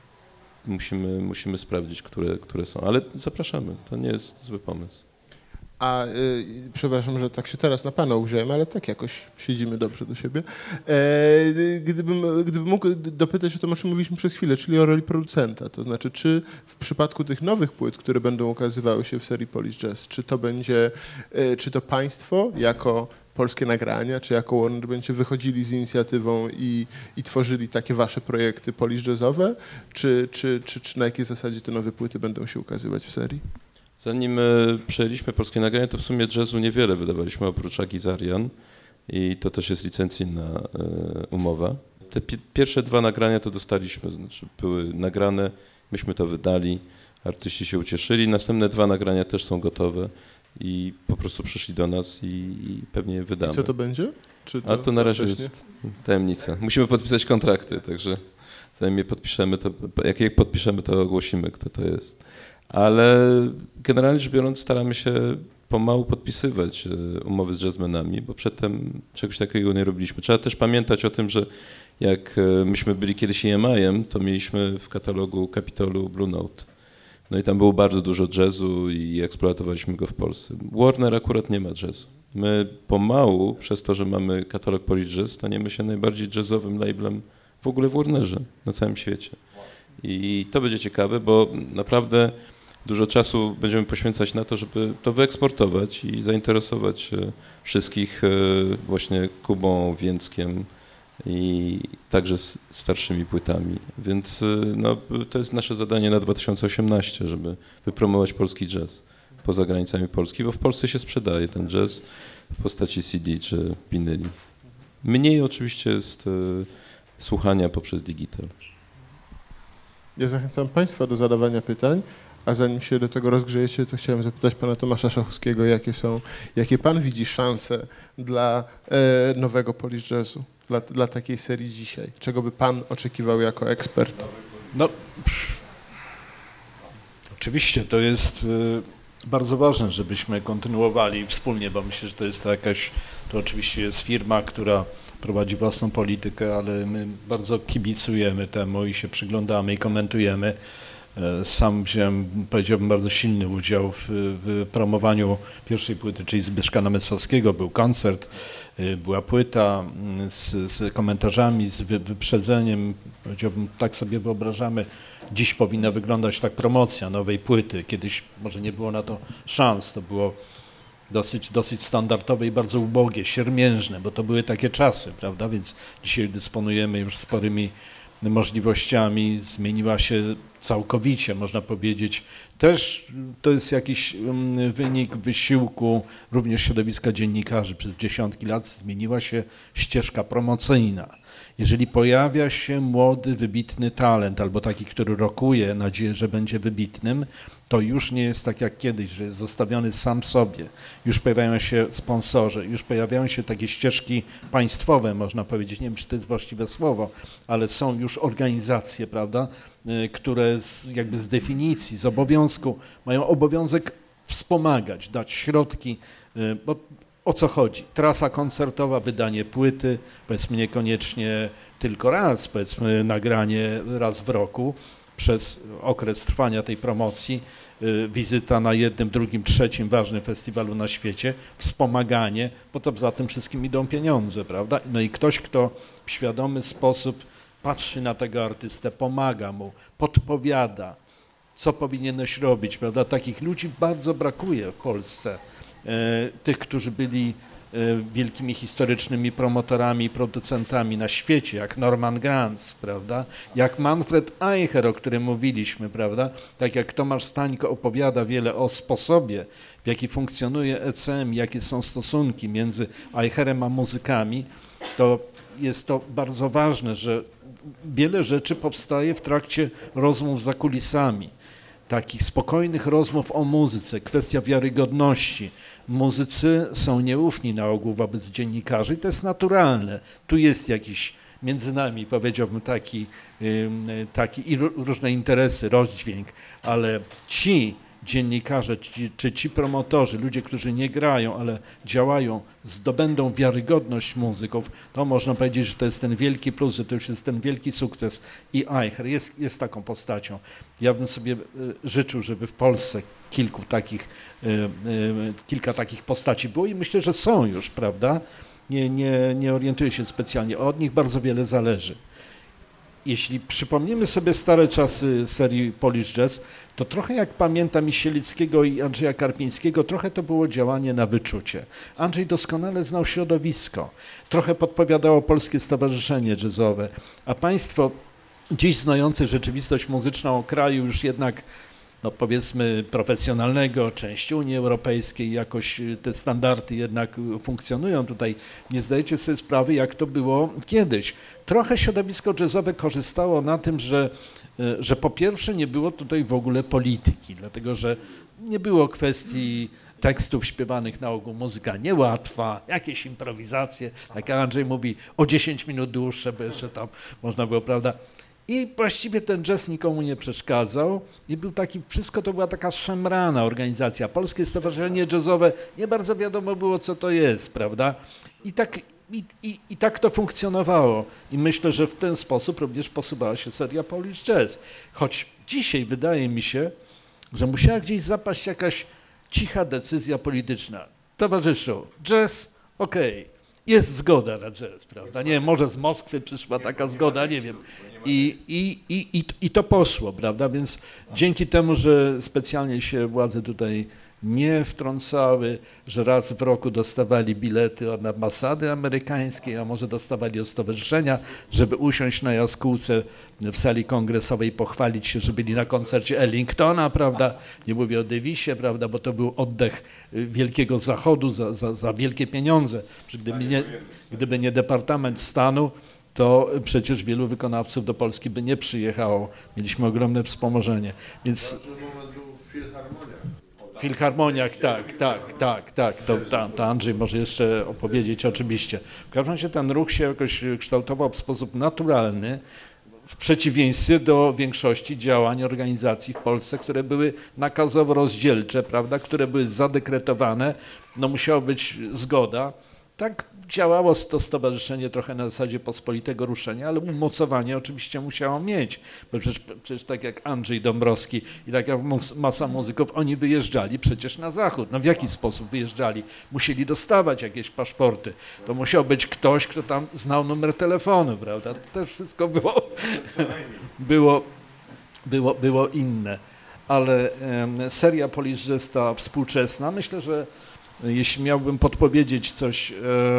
e, musimy, musimy sprawdzić, które, które są, ale zapraszamy, to nie jest zły pomysł. A y, przepraszam, że tak się teraz na pana uwziąłem, ale tak jakoś siedzimy dobrze do siebie. E, gdybym, gdybym mógł dopytać o to, o czym mówiliśmy przez chwilę, czyli o roli producenta. To znaczy, czy w przypadku tych nowych płyt, które będą ukazywały się w serii Polish Jazz, czy to będzie, e, czy to państwo jako polskie nagrania, czy jako Warner będziecie wychodzili z inicjatywą i, i tworzyli takie wasze projekty Polish Jazzowe, czy, czy, czy, czy na jakiej zasadzie te nowe płyty będą się ukazywać w serii? Zanim przejęliśmy polskie nagrania, to w sumie jazzu niewiele wydawaliśmy oprócz Agizarian i to też jest licencyjna umowa. Te pi- pierwsze dwa nagrania to dostaliśmy, znaczy były nagrane, myśmy to wydali, artyści się ucieszyli. Następne dwa nagrania też są gotowe i po prostu przyszli do nas i, i pewnie je wydamy. I co to będzie? Czy to A to na razie wcześniej? jest tajemnica. Musimy podpisać kontrakty, także zanim je podpiszemy, to jak je podpiszemy, to ogłosimy, kto to jest. Ale generalnie rzecz biorąc staramy się pomału podpisywać umowy z jazzmenami, bo przedtem czegoś takiego nie robiliśmy. Trzeba też pamiętać o tym, że jak myśmy byli kiedyś E M I-em, to mieliśmy w katalogu Kapitolu Blue Note. No i tam było bardzo dużo jazzu i eksploatowaliśmy go w Polsce. Warner akurat nie ma jazzu. My pomału, przez to, że mamy katalog Polish Jazz, staniemy się najbardziej jazzowym labelem w ogóle w Warnerze na całym świecie. I to będzie ciekawe, bo naprawdę dużo czasu będziemy poświęcać na to, żeby to wyeksportować i zainteresować wszystkich właśnie Kubą, Więckiem i także starszymi płytami. Więc no, to jest nasze zadanie na dwa tysiące osiemnasty, żeby wypromować polski jazz poza granicami Polski, bo w Polsce się sprzedaje ten jazz w postaci C D czy winyli. Mniej oczywiście jest słuchania poprzez digital. Ja zachęcam państwa do zadawania pytań, a zanim się do tego rozgrzejecie, to chciałem zapytać pana Tomasza Szachowskiego, jakie są, jakie pan widzi szanse dla e, nowego Polish Jazzu, dla, dla takiej serii dzisiaj? Czego by pan oczekiwał jako ekspert? No, oczywiście to jest y, bardzo ważne, żebyśmy kontynuowali wspólnie, bo myślę, że to jest to jakaś, to oczywiście jest firma, która prowadzi własną politykę, ale my bardzo kibicujemy temu i się przyglądamy i komentujemy. Sam wziąłem, powiedziałbym, bardzo silny udział w, w promowaniu pierwszej płyty, czyli Zbyszka Namysławskiego. Był koncert, była płyta z, z komentarzami, z wyprzedzeniem. Powiedziałbym, tak sobie wyobrażamy, dziś powinna wyglądać tak promocja nowej płyty. Kiedyś może nie było na to szans, to było dosyć, dosyć standardowe i bardzo ubogie, siermiężne, bo to były takie czasy, prawda? Więc dzisiaj dysponujemy już sporymi możliwościami, zmieniła się całkowicie, można powiedzieć. Też to jest jakiś wynik wysiłku również środowiska dziennikarzy. Przez dziesiątki lat zmieniła się ścieżka promocyjna. Jeżeli pojawia się młody, wybitny talent albo taki, który rokuje nadzieję, że będzie wybitnym, to już nie jest tak jak kiedyś, że jest zostawiony sam sobie. Już pojawiają się sponsorzy, już pojawiają się takie ścieżki państwowe, można powiedzieć, nie wiem, czy to jest właściwe słowo, ale są już organizacje, prawda, które z, jakby z definicji, z obowiązku mają obowiązek wspomagać, dać środki, bo o co chodzi? Trasa koncertowa, wydanie płyty, powiedzmy niekoniecznie tylko raz, powiedzmy nagranie raz w roku, przez okres trwania tej promocji, wizyta na jednym, drugim, trzecim ważnym festiwalu na świecie, wspomaganie, bo to za tym wszystkim idą pieniądze, prawda? No i ktoś, kto w świadomy sposób patrzy na tego artystę, pomaga mu, podpowiada, co powinieneś robić, prawda? Takich ludzi bardzo brakuje w Polsce, tych, którzy byli wielkimi historycznymi promotorami, producentami na świecie, jak Norman Granz, prawda, jak Manfred Eicher, o którym mówiliśmy, prawda, tak jak Tomasz Stańko opowiada wiele o sposobie, w jaki funkcjonuje E C M, jakie są stosunki między Eicherem a muzykami, to jest to bardzo ważne, że wiele rzeczy powstaje w trakcie rozmów za kulisami, takich spokojnych rozmów o muzyce, kwestia wiarygodności. Muzycy są nieufni na ogół wobec dziennikarzy i to jest naturalne. Tu jest jakiś między nami, powiedziałbym, taki, taki i różne interesy, rozdźwięk, ale ci, dziennikarze, ci, czy ci promotorzy, ludzie, którzy nie grają, ale działają, zdobędą wiarygodność muzyków, to można powiedzieć, że to jest ten wielki plus, że to już jest ten wielki sukces. I Eicher jest, jest taką postacią. Ja bym sobie życzył, żeby w Polsce kilku takich, kilka takich postaci było i myślę, że są już, prawda? Nie, nie, nie orientuję się specjalnie, od nich bardzo wiele zależy. Jeśli przypomnimy sobie stare czasy serii Polish Jazz, to trochę jak pamiętam i Sielickiego i Andrzeja Karpińskiego, trochę to było działanie na wyczucie. Andrzej doskonale znał środowisko, trochę podpowiadało Polskie Stowarzyszenie Jazzowe, a państwo dziś znający rzeczywistość muzyczną kraju już jednak, no powiedzmy, profesjonalnego, część Unii Europejskiej, jakoś te standardy jednak funkcjonują tutaj. Nie zdajecie sobie sprawy, jak to było kiedyś. Trochę środowisko jazzowe korzystało na tym, że, że po pierwsze nie było tutaj w ogóle polityki, dlatego że nie było kwestii tekstów śpiewanych, na ogół muzyka niełatwa, jakieś improwizacje, tak jak Andrzej mówi, o dziesięć minut dłuższe, bo jeszcze tam można było, prawda. I właściwie ten jazz nikomu nie przeszkadzał i był taki, wszystko to była taka szemrana organizacja. Polskie Stowarzyszenie Jazzowe, nie bardzo wiadomo było, co to jest, prawda? I tak, i, i, i tak to funkcjonowało. I myślę, że w ten sposób również posuwała się seria Polish Jazz. Choć dzisiaj wydaje mi się, że musiała gdzieś zapaść jakaś cicha decyzja polityczna. Towarzyszu, jazz, okej. Okay. Jest zgoda na jazz, prawda? Nie wiem, może z Moskwy przyszła taka zgoda, nie wiem. I, i, i, i, i to poszło, prawda? Więc dzięki temu, że specjalnie się władze tutaj nie wtrącały, że raz w roku dostawali bilety od ambasady amerykańskiej, a może dostawali od stowarzyszenia, żeby usiąść na jaskółce w sali kongresowej i pochwalić się, że byli na koncercie Ellingtona, prawda? Nie mówię o Davisie, prawda, bo to był oddech Wielkiego Zachodu za, za, za wielkie pieniądze. Gdyby nie, gdyby nie Departament Stanu, to przecież wielu wykonawców do Polski by nie przyjechało. Mieliśmy ogromne wspomożenie. Więc w filharmoniach, tak, tak, tak, tak. To, to, to Andrzej może jeszcze opowiedzieć, oczywiście. W każdym razie ten ruch się jakoś kształtował w sposób naturalny, w przeciwieństwie do większości działań organizacji w Polsce, które były nakazowo rozdzielcze, prawda, które były zadekretowane, no musiała być zgoda. Tak działało to stowarzyszenie trochę na zasadzie pospolitego ruszenia, ale umocowanie oczywiście musiało mieć, bo przecież, przecież tak jak Andrzej Dąbrowski i tak jak masa muzyków, oni wyjeżdżali przecież na zachód. No w jaki sposób wyjeżdżali? Musieli dostawać jakieś paszporty. To musiał być ktoś, kto tam znał numer telefonu, prawda? To też wszystko było, było, było, było inne. Ale um, seria Polish Jazz ta współczesna, myślę, że jeśli miałbym podpowiedzieć coś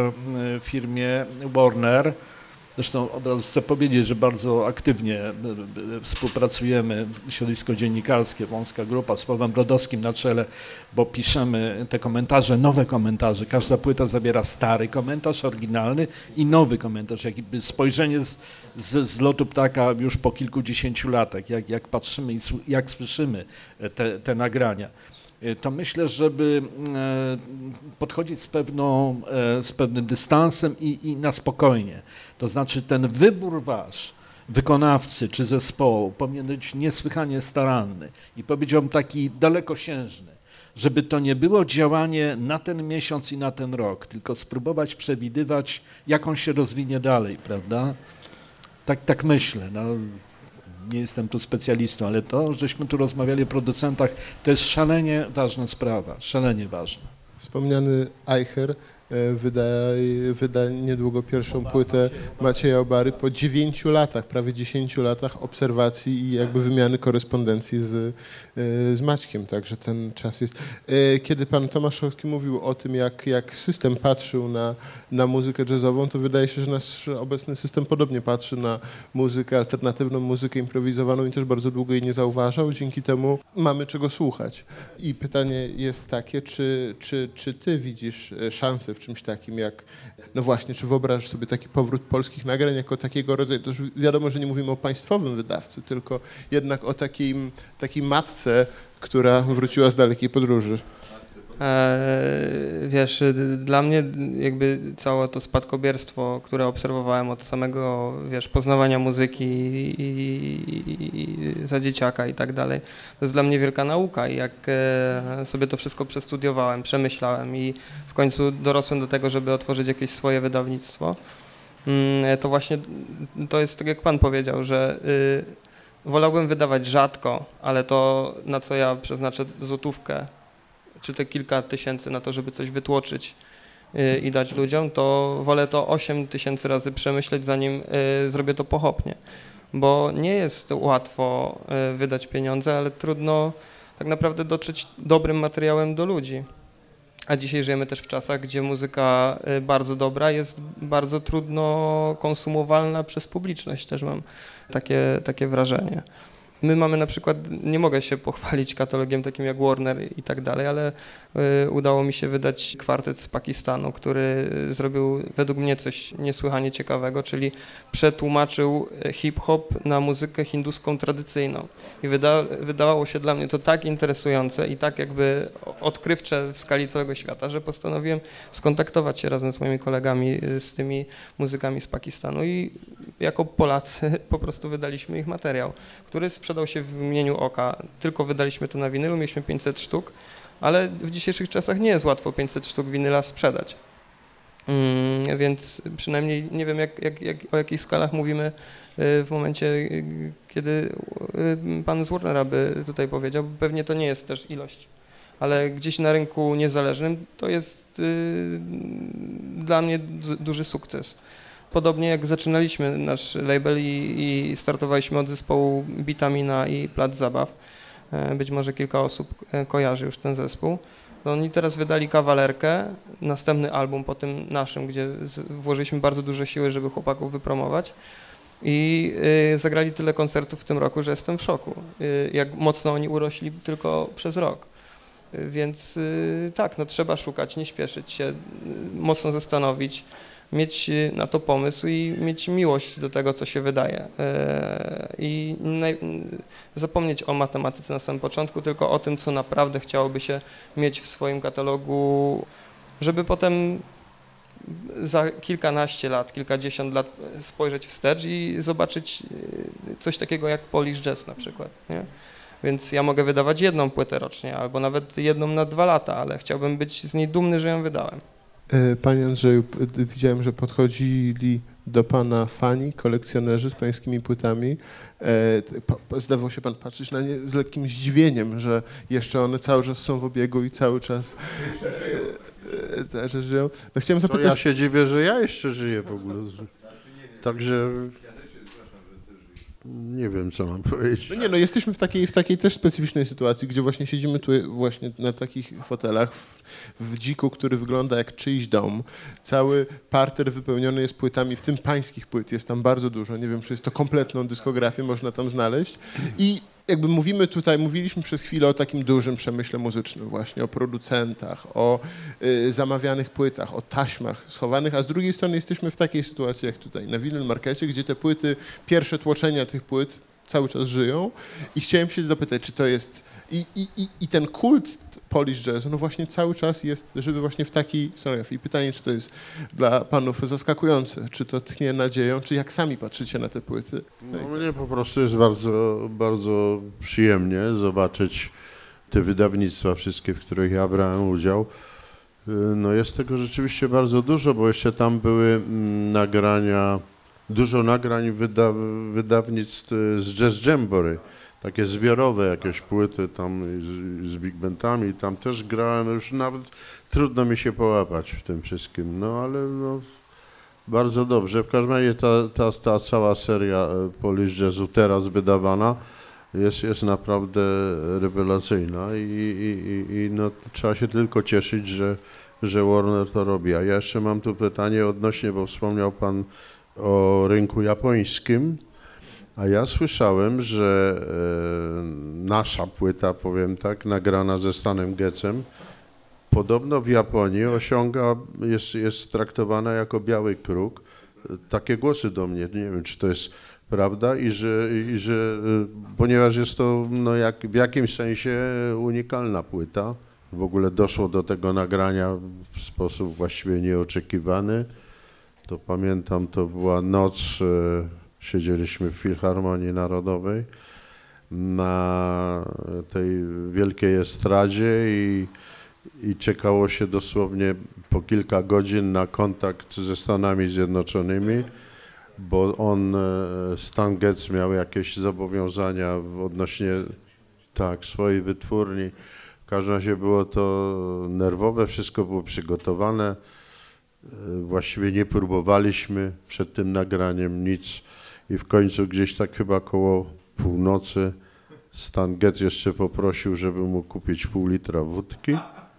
firmie Warner, zresztą od razu chcę powiedzieć, że bardzo aktywnie współpracujemy, środowisko dziennikarskie, wąska grupa z Pawłem Brodowskim na czele, bo piszemy te komentarze, nowe komentarze. Każda płyta zawiera stary komentarz, oryginalny i nowy komentarz, jakby spojrzenie z, z, z lotu ptaka już po kilkudziesięciu latach, jak, jak patrzymy i jak słyszymy te, te nagrania. To myślę, żeby podchodzić z, pewną, z pewnym dystansem i, i na spokojnie. To znaczy ten wybór wasz, wykonawcy czy zespołu, powinien być niesłychanie staranny i powiedziałbym taki dalekosiężny, żeby to nie było działanie na ten miesiąc i na ten rok, tylko spróbować przewidywać, jak on się rozwinie dalej, prawda? Tak, tak myślę. No. Nie jestem tu specjalistą, ale to, żeśmy tu rozmawiali o producentach, to jest szalenie ważna sprawa, szalenie ważna. Wspomniany Eicher wyda, wyda niedługo pierwszą płytę Macieja Obary po dziewięciu latach, prawie dziesięciu latach obserwacji i jakby wymiany korespondencji z, z Maćkiem, także ten czas jest. Kiedy pan Tomaszowski mówił o tym, jak, jak system patrzył na, na muzykę jazzową, to wydaje się, że nasz obecny system podobnie patrzy na muzykę alternatywną, muzykę improwizowaną i też bardzo długo jej nie zauważał, dzięki temu mamy czego słuchać. I pytanie jest takie, czy, czy, czy ty widzisz szansę w czymś takim jak, no właśnie, czy wyobrażasz sobie taki powrót polskich nagrań jako takiego rodzaju, to już wiadomo, że nie mówimy o państwowym wydawcy, tylko jednak o takim, takiej matce, która wróciła z dalekiej podróży. Wiesz, dla mnie jakby całe to spadkobierstwo, które obserwowałem od samego, wiesz, poznawania muzyki i, i, i za dzieciaka i tak dalej, to jest dla mnie wielka nauka i jak sobie to wszystko przestudiowałem, przemyślałem i w końcu dorosłem do tego, żeby otworzyć jakieś swoje wydawnictwo, to właśnie to jest tak jak pan powiedział, że wolałbym wydawać rzadko, ale to na co ja przeznaczę złotówkę, czy te kilka tysięcy na to, żeby coś wytłoczyć i dać ludziom, to wolę to osiem tysięcy razy przemyśleć, zanim zrobię to pochopnie. Bo nie jest łatwo wydać pieniądze, ale trudno tak naprawdę dotrzeć dobrym materiałem do ludzi. A dzisiaj żyjemy też w czasach, gdzie muzyka bardzo dobra jest bardzo trudno konsumowalna przez publiczność. Też mam takie, takie wrażenie. My mamy na przykład, nie mogę się pochwalić katalogiem takim jak Warner i tak dalej, ale y, udało mi się wydać kwartet z Pakistanu, który zrobił według mnie coś niesłychanie ciekawego, czyli przetłumaczył hip-hop na muzykę hinduską tradycyjną. I wyda, wydawało się dla mnie to tak interesujące i tak jakby odkrywcze w skali całego świata, że postanowiłem skontaktować się razem z moimi kolegami z tymi muzykami z Pakistanu i jako Polacy po prostu wydaliśmy ich materiał, który sprzedał się w mgnieniu oka. Tylko wydaliśmy to na winylu, mieliśmy pięćset sztuk, ale w dzisiejszych czasach nie jest łatwo pięćset sztuk winyla sprzedać. Mm, więc przynajmniej nie wiem, jak, jak, jak, o jakich skalach mówimy w momencie, kiedy pan z Warnera by tutaj powiedział. Pewnie to nie jest też ilość, ale gdzieś na rynku niezależnym to jest y, dla mnie du- duży sukces. Podobnie jak zaczynaliśmy nasz label i, i startowaliśmy od zespołu Bitamina i Plac Zabaw, być może kilka osób kojarzy już ten zespół, no oni teraz wydali Kawalerkę, następny album po tym naszym, gdzie włożyliśmy bardzo dużo siły, żeby chłopaków wypromować i y, zagrali tyle koncertów w tym roku, że jestem w szoku, y, jak mocno oni urośli tylko przez rok. Y, więc y, tak, no trzeba szukać, nie śpieszyć się, y, mocno zastanowić, mieć na to pomysł i mieć miłość do tego, co się wydaje. I zapomnieć o matematyce na samym początku, tylko o tym, co naprawdę chciałoby się mieć w swoim katalogu, żeby potem za kilkanaście lat, kilkadziesiąt lat spojrzeć wstecz i zobaczyć coś takiego jak Polish Jazz na przykład, nie? Więc ja mogę wydawać jedną płytę rocznie, albo nawet jedną na dwa lata, ale chciałbym być z niej dumny, że ją wydałem. Panie Andrzeju, widziałem, że podchodzili do pana fani, kolekcjonerzy z pańskimi płytami. Zdawał się pan patrzeć na nie z lekkim zdziwieniem, że jeszcze one cały czas są w obiegu i cały czas że żyją. No chciałem zapytać... To ja się dziwię, że ja jeszcze żyję w ogóle. Także... Nie wiem, co mam powiedzieć. No nie, no jesteśmy w takiej, w takiej też specyficznej sytuacji, gdzie właśnie siedzimy tu właśnie na takich fotelach w, w dziku, który wygląda jak czyjś dom. Cały parter wypełniony jest płytami, w tym pańskich płyt jest tam bardzo dużo. Nie wiem, czy jest to kompletną dyskografię, można tam znaleźć. I jakby mówimy tutaj, mówiliśmy przez chwilę o takim dużym przemyśle muzycznym właśnie, o producentach, o y, zamawianych płytach, o taśmach schowanych, a z drugiej strony jesteśmy w takiej sytuacji jak tutaj na Vinyl Markecie, gdzie te płyty, pierwsze tłoczenia tych płyt cały czas żyją i chciałem się zapytać, czy to jest i, i, i, i ten kult Polish Jazz, no właśnie cały czas jest żywy właśnie w takiej scenografii. I pytanie, czy to jest dla panów zaskakujące, czy to tchnie nadzieją, czy jak sami patrzycie na te płyty? No, mnie po prostu jest bardzo, bardzo przyjemnie zobaczyć te wydawnictwa wszystkie, w których ja brałem udział. No jest tego rzeczywiście bardzo dużo, bo jeszcze tam były nagrania, dużo nagrań wyda, wydawnictw z Jazz Jamboree. Takie zbiorowe jakieś płyty tam z, z big bandami, tam też grałem, już nawet trudno mi się połapać w tym wszystkim, no ale no, bardzo dobrze. W każdym razie ta, ta, ta cała seria Polish Jazzu teraz wydawana jest, jest naprawdę rewelacyjna i, i, i no, trzeba się tylko cieszyć, że, że Warner to robi. A ja jeszcze mam tu pytanie odnośnie, bo wspomniał pan o rynku japońskim. A ja słyszałem, że e, nasza płyta, powiem tak, nagrana ze Stanem Getzem, podobno w Japonii osiąga, jest, jest traktowana jako biały kruk. Takie głosy do mnie, nie wiem, czy to jest prawda i że, i że ponieważ jest to no, jak, w jakimś sensie unikalna płyta, w ogóle doszło do tego nagrania w sposób właściwie nieoczekiwany. To pamiętam, to była noc, siedzieliśmy w Filharmonii Narodowej na tej wielkiej estradzie i, i czekało się dosłownie po kilka godzin na kontakt ze Stanami Zjednoczonymi, bo on, Stan Getz, miał jakieś zobowiązania odnośnie tak, swojej wytwórni. W każdym razie było to nerwowe, wszystko było przygotowane. Właściwie nie próbowaliśmy przed tym nagraniem nic i w końcu gdzieś tak chyba koło północy Stan Getz jeszcze poprosił, żeby mu kupić pół litra wódki.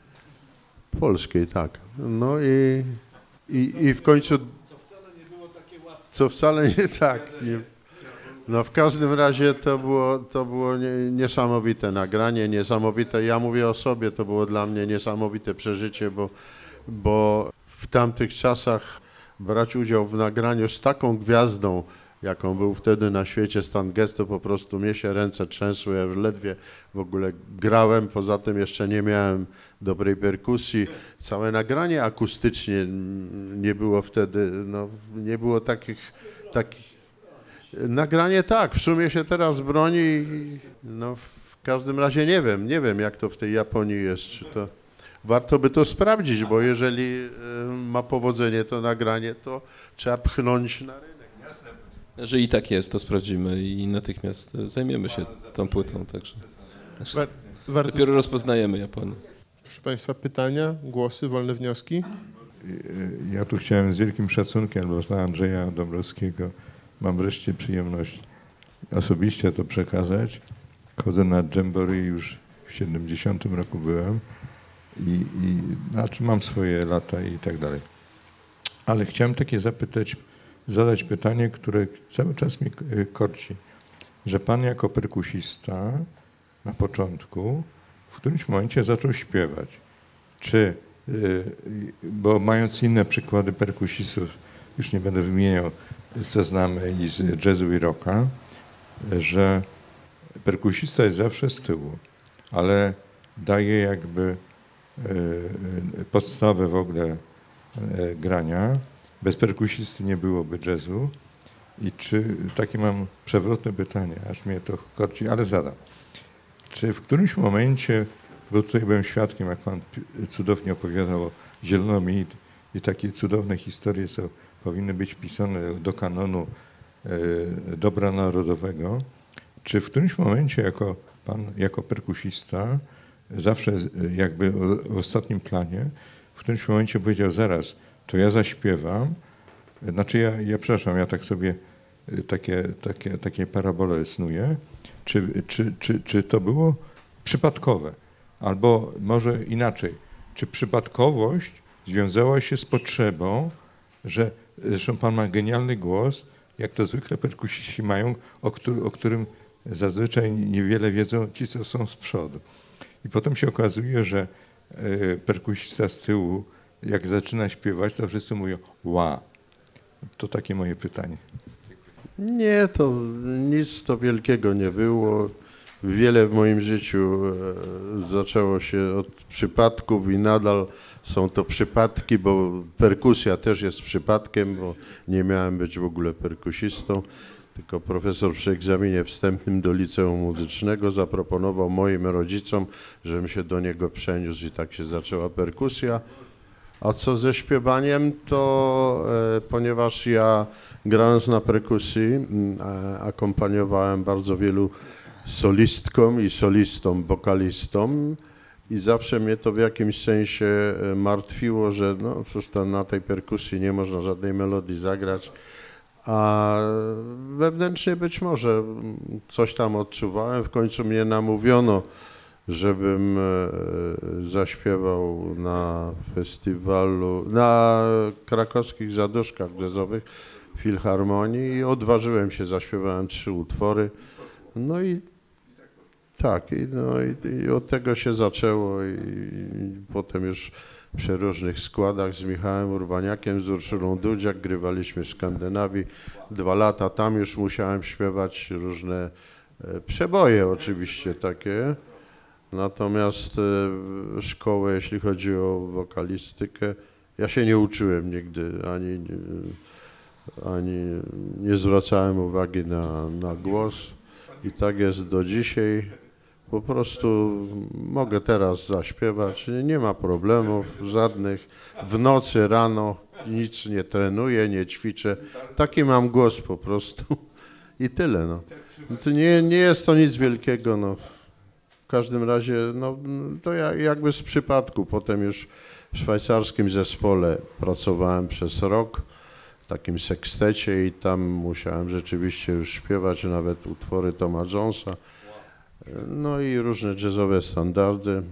Polskiej, tak. No i, i, i w końcu... Co wcale nie było takie łatwe. Co wcale nie tak. Nie. No w każdym razie to było, to było nie, niesamowite nagranie, niesamowite. Ja mówię o sobie, to było dla mnie niesamowite przeżycie, bo, bo w tamtych czasach brać udział w nagraniu z taką gwiazdą, jaką był wtedy na świecie Stan Getz, to po prostu mnie się ręce trzęsły, ja już ledwie w ogóle grałem, poza tym jeszcze nie miałem dobrej perkusji. Całe nagranie akustycznie nie było wtedy, no nie było takich, takich... Nagranie tak, w sumie się teraz broni, no w każdym razie nie wiem, nie wiem jak to w tej Japonii jest, czy to... Warto by to sprawdzić, bo jeżeli ma powodzenie to nagranie, to trzeba pchnąć na rynek. Że i tak jest, to sprawdzimy i natychmiast zajmiemy się tą płytą, także War, warto... dopiero rozpoznajemy Japonię. Proszę Państwa, pytania, głosy, wolne wnioski? Ja tu chciałem z wielkim szacunkiem dla Andrzeja Dąbrowskiego, mam wreszcie przyjemność osobiście to przekazać. Chodzę na Jamboree, już w siedemdziesiątym roku byłem i, i znaczy mam swoje lata i tak dalej. Ale chciałem takie zapytać, zadać pytanie, które cały czas mnie korci, że pan jako perkusista na początku w którymś momencie zaczął śpiewać. Czy, bo mając inne przykłady perkusistów, już nie będę wymieniał, co znamy i z jazzu i rocka, że perkusista jest zawsze z tyłu, ale daje jakby podstawę w ogóle grania. Bez perkusisty nie byłoby jazzu. I czy, takie mam przewrotne pytanie, aż mnie to korci, ale zadam. Czy w którymś momencie, bo tutaj byłem świadkiem, jak pan cudownie opowiadał o Zielonomii i takie cudowne historie, co powinny być wpisane do kanonu e, dobra narodowego, czy w którymś momencie jako pan, jako perkusista, zawsze jakby w ostatnim planie, w którymś momencie powiedział, zaraz, to ja zaśpiewam, znaczy ja, ja przepraszam, ja tak sobie takie, takie, takie parabole snuję, czy, czy, czy, czy to było przypadkowe, albo może inaczej, czy przypadkowość związała się z potrzebą, że zresztą pan ma genialny głos, jak to zwykle perkusiści mają, o, który, o którym zazwyczaj niewiele wiedzą ci, co są z przodu. I potem się okazuje, że y, perkusista z tyłu, jak zaczyna śpiewać, to wszyscy mówią ła. To takie moje pytanie. Nie, to nic to wielkiego nie było. Wiele w moim życiu e, zaczęło się od przypadków i nadal są to przypadki, bo perkusja też jest przypadkiem, bo nie miałem być w ogóle perkusistą, tylko profesor przy egzaminie wstępnym do liceum muzycznego zaproponował moim rodzicom, żebym się do niego przeniósł i tak się zaczęła perkusja. A co ze śpiewaniem, to e, ponieważ ja grając na perkusji e, akompaniowałem bardzo wielu solistkom i solistom, wokalistom i zawsze mnie to w jakimś sensie martwiło, że no cóż tam na tej perkusji nie można żadnej melodii zagrać, a wewnętrznie być może coś tam odczuwałem, w końcu mnie namówiono, żebym zaśpiewał na festiwalu, na krakowskich zaduszkach jazzowych Filharmonii i odważyłem się, zaśpiewałem trzy utwory. No i tak, i, no i, i od tego się zaczęło i, i potem już w przeróżnych składach z Michałem Urbaniakiem, z Urszulą Dudziak grywaliśmy w Skandynawii. Dwa lata tam już musiałem śpiewać różne przeboje oczywiście takie. Natomiast e, szkołę, jeśli chodzi o wokalistykę, ja się nie uczyłem nigdy, ani, ani nie zwracałem uwagi na, na głos i tak jest do dzisiaj. Po prostu mogę teraz zaśpiewać, nie ma problemów żadnych. W nocy, rano nic nie trenuję, nie ćwiczę. Taki mam głos po prostu i tyle. No. To nie, nie jest to nic wielkiego. No. W każdym razie no, to ja, jakby z przypadku. Potem już w szwajcarskim zespole pracowałem przez rok, w takim sekstecie i tam musiałem rzeczywiście już śpiewać nawet utwory Toma Jonesa. No i różne jazzowe standardy.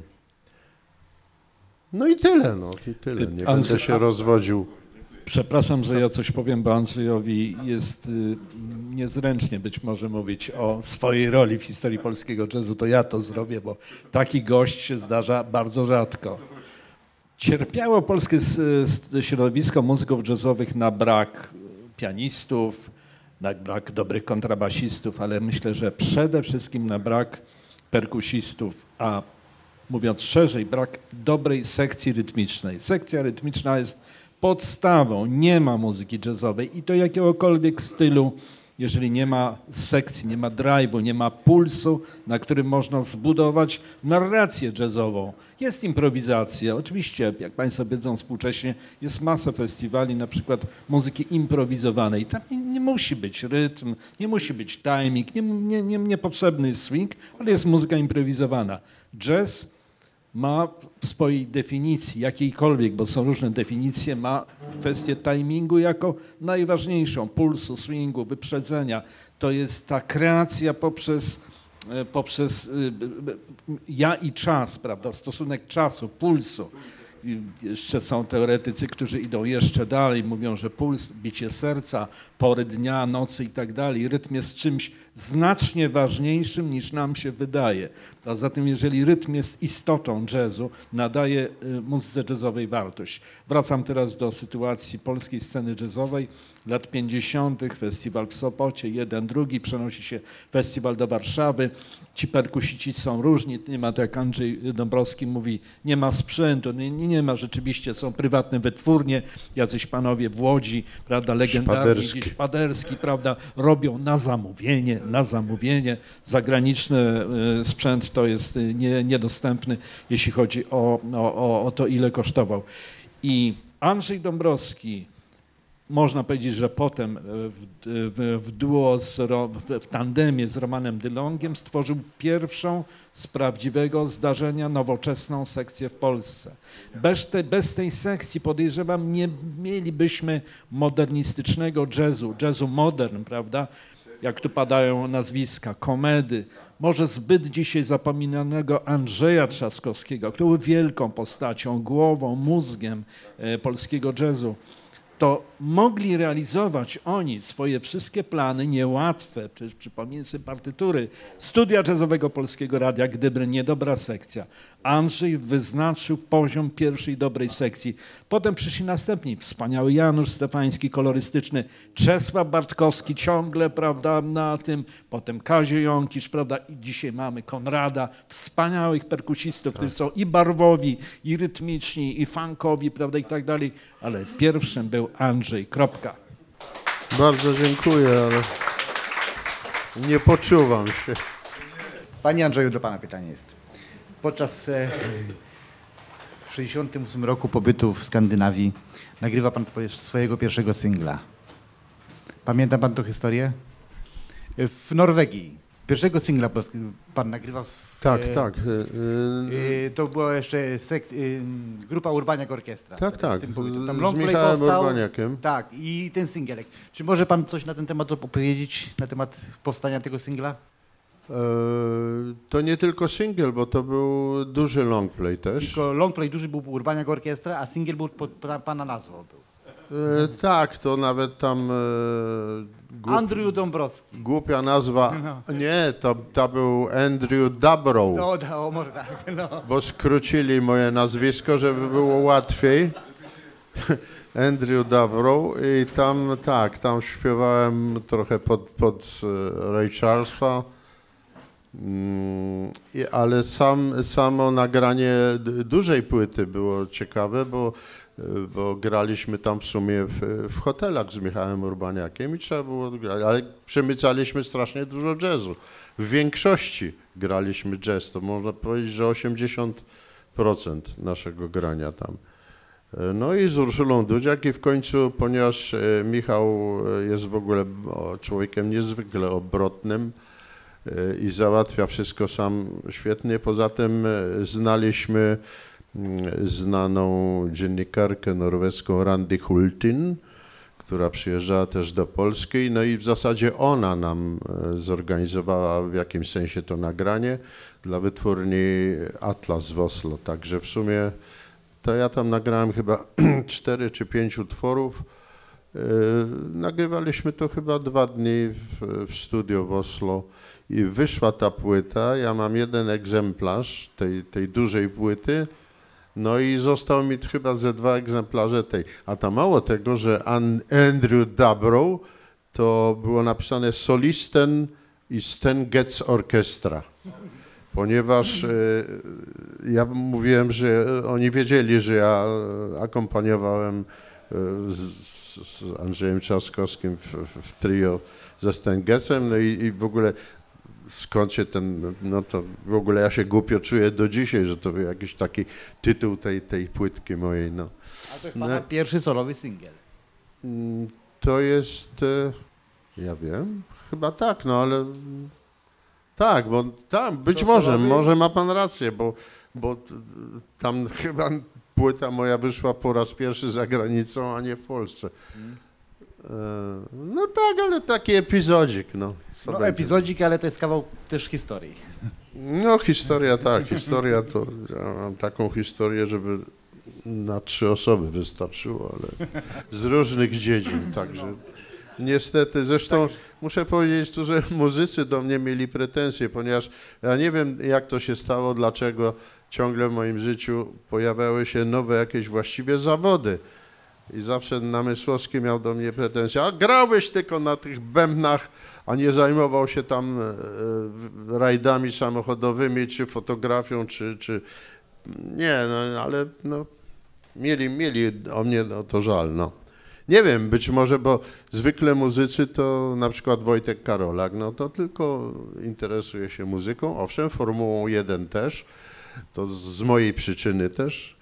No i tyle, no i tyle. Nie Andrzej, będę się rozwodził. Przepraszam, że ja coś powiem, bo Andrzejowi jest y, niezręcznie być może mówić o swojej roli w historii polskiego jazzu, to ja to zrobię, bo taki gość się zdarza bardzo rzadko. Cierpiało polskie środowisko muzyków jazzowych na brak pianistów, na brak dobrych kontrabasistów, ale myślę, że przede wszystkim na brak perkusistów, a mówiąc szerzej, brak dobrej sekcji rytmicznej. Sekcja rytmiczna jest podstawą, nie ma muzyki jazzowej i to jakiegokolwiek stylu, jeżeli nie ma sekcji, nie ma drive'u, nie ma pulsu, na którym można zbudować narrację jazzową. Jest improwizacja, oczywiście, jak Państwo wiedzą współcześnie, jest masa festiwali, na przykład muzyki improwizowanej. Tam nie, nie musi być rytm, nie musi być timing, nie, nie, nie, niepotrzebny jest swing, ale jest muzyka improwizowana. Jazz ma w swojej definicji, jakiejkolwiek, bo są różne definicje, ma kwestię timingu jako najważniejszą, pulsu, swingu, wyprzedzenia. To jest ta kreacja poprzez, poprzez ja i czas, prawda, stosunek czasu, pulsu. Jeszcze są teoretycy, którzy idą jeszcze dalej, mówią, że puls, bicie serca, pory dnia, nocy i tak dalej, rytm jest czymś znacznie ważniejszym niż nam się wydaje. A zatem jeżeli rytm jest istotą jazzu, nadaje muzyce jazzowej wartość. Wracam teraz do sytuacji polskiej sceny jazzowej. Lat pięćdziesiątych, festiwal w Sopocie, jeden, drugi, przenosi się festiwal do Warszawy. Ci perkusici są różni, nie ma to jak Andrzej Dąbrowski mówi, nie ma sprzętu, nie, nie ma rzeczywiście, są prywatne wytwórnie, jacyś panowie w Łodzi, prawda, legendarni, gdzieś Szpaderski, prawda, robią na zamówienie, na zamówienie. Zagraniczny sprzęt to jest nie, niedostępny, jeśli chodzi o, o, o to, ile kosztował. I Andrzej Dąbrowski, można powiedzieć, że potem w, w, w duo, z, w tandemie z Romanem DeLongiem stworzył pierwszą z prawdziwego zdarzenia nowoczesną sekcję w Polsce. Bez, te, bez tej sekcji, podejrzewam, nie mielibyśmy modernistycznego jazzu, jazzu modern, prawda? Jak tu padają nazwiska, Komedy, może zbyt dzisiaj zapominanego Andrzeja Trzaskowskiego, który był wielką postacią, głową, mózgiem e, polskiego jazzu. To mogli realizować oni swoje wszystkie plany niełatwe, przecież przypomnij sobie partytury Studia Jazzowego Polskiego Radia, gdyby nie dobra sekcja. Andrzej wyznaczył poziom pierwszej dobrej sekcji. Potem przyszli następni, wspaniały Janusz Stefański, kolorystyczny, Czesław Bartkowski ciągle, prawda, na tym, potem Kazio Jąkisz, prawda, i dzisiaj mamy Konrada, wspaniałych perkusistów, którzy są i barwowi, i rytmiczni, i funkowi, prawda, i tak dalej, ale pierwszym był Andrzej, kropka. Bardzo dziękuję, ale nie poczuwam się. Panie Andrzeju, do Pana pytanie jest. Podczas e, w sześćdziesiątym ósmym roku pobytu w Skandynawii nagrywa Pan swojego pierwszego singla. Pamięta Pan tę historię? W Norwegii. Pierwszego singla Pan nagrywał. W, Tak, e, tak. E, to była jeszcze sekt, e, grupa Urbaniak Orkiestra. Tak, tak. Tym pobytu. Tam Z long play Michałem powstał. Urbaniakiem. Tak, i ten singielek. Czy może Pan coś na ten temat opowiedzieć, na temat powstania tego singla? To nie tylko singiel, bo to był duży long play też. Tylko long play duży był Urbaniak Orkiestra, a singiel był pod Pana nazwą. Był. E, tak, to nawet tam... E, głup, Andrew Dąbrowski. Głupia nazwa. No. Nie, to, to był Andrew Dubrow. No, no, może tak, no. Bo skrócili moje nazwisko, żeby było łatwiej. Andrew Dubrow i tam, tak, tam śpiewałem trochę pod, pod Ray Charlesa. Mm, i- ale sam, samo nagranie d- dużej płyty było ciekawe, bo, y, bo graliśmy tam w sumie w, w hotelach z Michałem Urbaniakiem i trzeba było grać, ale przemycaliśmy strasznie dużo jazzu. W większości graliśmy jazz, to można powiedzieć, że osiemdziesiąt procent naszego grania tam. E, No i z Urszulą Dudziak i w końcu, ponieważ e, Michał e, jest w ogóle o, człowiekiem niezwykle obrotnym e, i załatwia wszystko sam świetnie, poza tym e, znaliśmy mm, znaną dziennikarkę norweską Randi Hultin, która przyjeżdżała też do Polski, no i w zasadzie ona nam e, zorganizowała w jakimś sensie to nagranie dla wytwórni Atlas w Oslo, także w sumie to ja tam nagrałem chyba cztery czy pięć utworów. Yy, nagrywaliśmy to chyba dwa dni w, w studio w Oslo i wyszła ta płyta. Ja mam jeden egzemplarz tej, tej dużej płyty, no i został mi chyba ze dwa egzemplarze tej. A tam mało tego, że An- Andrew Dubrow to było napisane solisten i Stan Getz Orchestra. Ponieważ e, ja mówiłem, że oni wiedzieli, że ja akompaniowałem e, z, z Andrzejem Trzaskowskim w, w, w trio ze Stan Getzem, no i, i w ogóle skąd się ten, no to w ogóle ja się głupio czuję do dzisiaj, że to był jakiś taki tytuł tej, tej płytki mojej, no. A to jest pana No. pierwszy solowy singiel. Mm, To jest, e, ja wiem, chyba tak, no ale tak, bo tam być może, Solowy? może ma pan rację, bo, bo t- tam chyba płyta moja wyszła po raz pierwszy za granicą, a nie w Polsce. E, No tak, ale taki epizodzik, no. Co No będzie? epizodzik, ale to jest kawał też historii. No historia tak, historia to, ja mam taką historię, żeby na trzy osoby wystarczyło, ale z różnych dziedzin, także niestety, zresztą muszę powiedzieć tu, że muzycy do mnie mieli pretensje, ponieważ ja nie wiem jak to się stało, dlaczego ciągle w moim życiu pojawiały się nowe jakieś właściwie zawody. I zawsze Namysłowski miał do mnie pretensje, a grałeś tylko na tych bębnach, a nie zajmował się tam e, rajdami samochodowymi, czy fotografią, czy, czy... Nie, no ale no, mieli, mieli o mnie no, to żal, no. Nie wiem, być może, bo zwykle muzycy to na przykład Wojtek Karolak, no to tylko interesuje się muzyką, owszem, Formułą jeden też, to z mojej przyczyny też.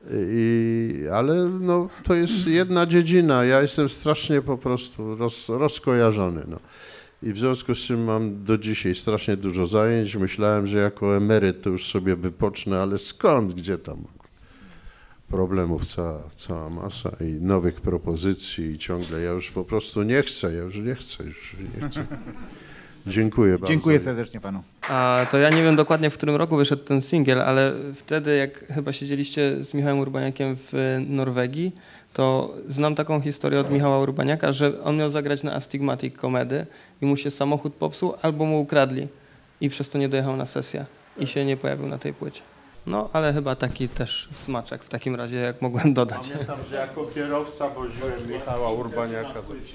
I, ale no, to jest jedna dziedzina, ja jestem strasznie po prostu roz, rozkojarzony. No. I w związku z czym mam do dzisiaj strasznie dużo zajęć. Myślałem, że jako emeryt to już sobie wypocznę, ale skąd, gdzie tam? Problemów cała, cała masa i nowych propozycji i ciągle ja już po prostu nie chcę, ja już nie chcę, już nie chcę. Dziękuję bardzo. Dziękuję serdecznie panu. A to ja nie wiem dokładnie, w którym roku wyszedł ten singiel, ale wtedy, jak chyba siedzieliście z Michałem Urbaniakiem w Norwegii, to znam taką historię od Michała Urbaniaka, że on miał zagrać na Astigmatic Comedy i mu się samochód popsuł albo mu ukradli i przez to nie dojechał na sesję i się nie pojawił na tej płycie. No, ale chyba taki też smaczek w takim razie, jak mogłem dodać. Pamiętam, że jako kierowca woziłem Michała Urbaniaka.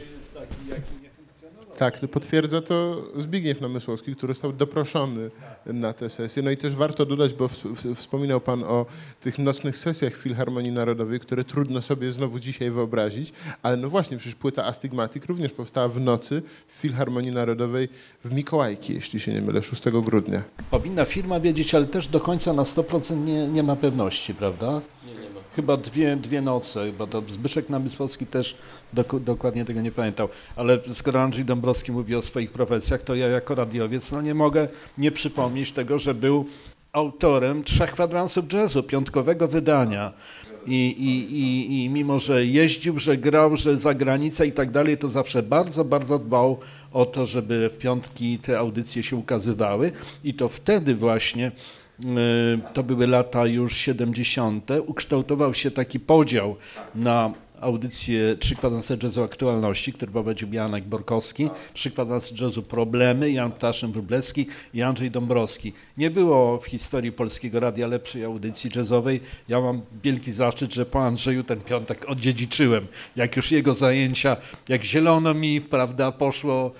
Tak, no potwierdza to Zbigniew Namysłowski, który został doproszony na tę sesję. No i też warto dodać, bo w, w, wspominał pan o tych nocnych sesjach w Filharmonii Narodowej, które trudno sobie znowu dzisiaj wyobrazić, ale no właśnie, przecież płyta Astigmatic również powstała w nocy w Filharmonii Narodowej w Mikołajki, jeśli się nie mylę, szóstego grudnia. Powinna firma wiedzieć, ale też do końca na sto procent nie, nie ma pewności, prawda? Nie, nie ma. Chyba dwie, dwie noce, bo to Zbyszek Namysłowski też dok- dokładnie tego nie pamiętał. Ale skoro Andrzej Dąbrowski mówi o swoich profesjach, to ja jako radiowiec no nie mogę nie przypomnieć tego, że był autorem trzech kwadransów jazzu, piątkowego wydania. I, i, i, I mimo, że jeździł, że grał, że za granicę i tak dalej, to zawsze bardzo, bardzo dbał o to, żeby w piątki te audycje się ukazywały. I to wtedy właśnie, to były lata już siedemdziesiąte, ukształtował się taki podział na audycję Trzy kwadranse jazzu aktualności, który prowadził Janek Borkowski, Trzy kwadranse jazzu problemy, Jan Ptaszyn-Wróblewski i Andrzej Dąbrowski. Nie było w historii Polskiego Radia lepszej audycji jazzowej. Ja mam wielki zaszczyt, że po Andrzeju ten piątek odziedziczyłem. Jak już jego zajęcia, jak zielono mi, prawda, poszło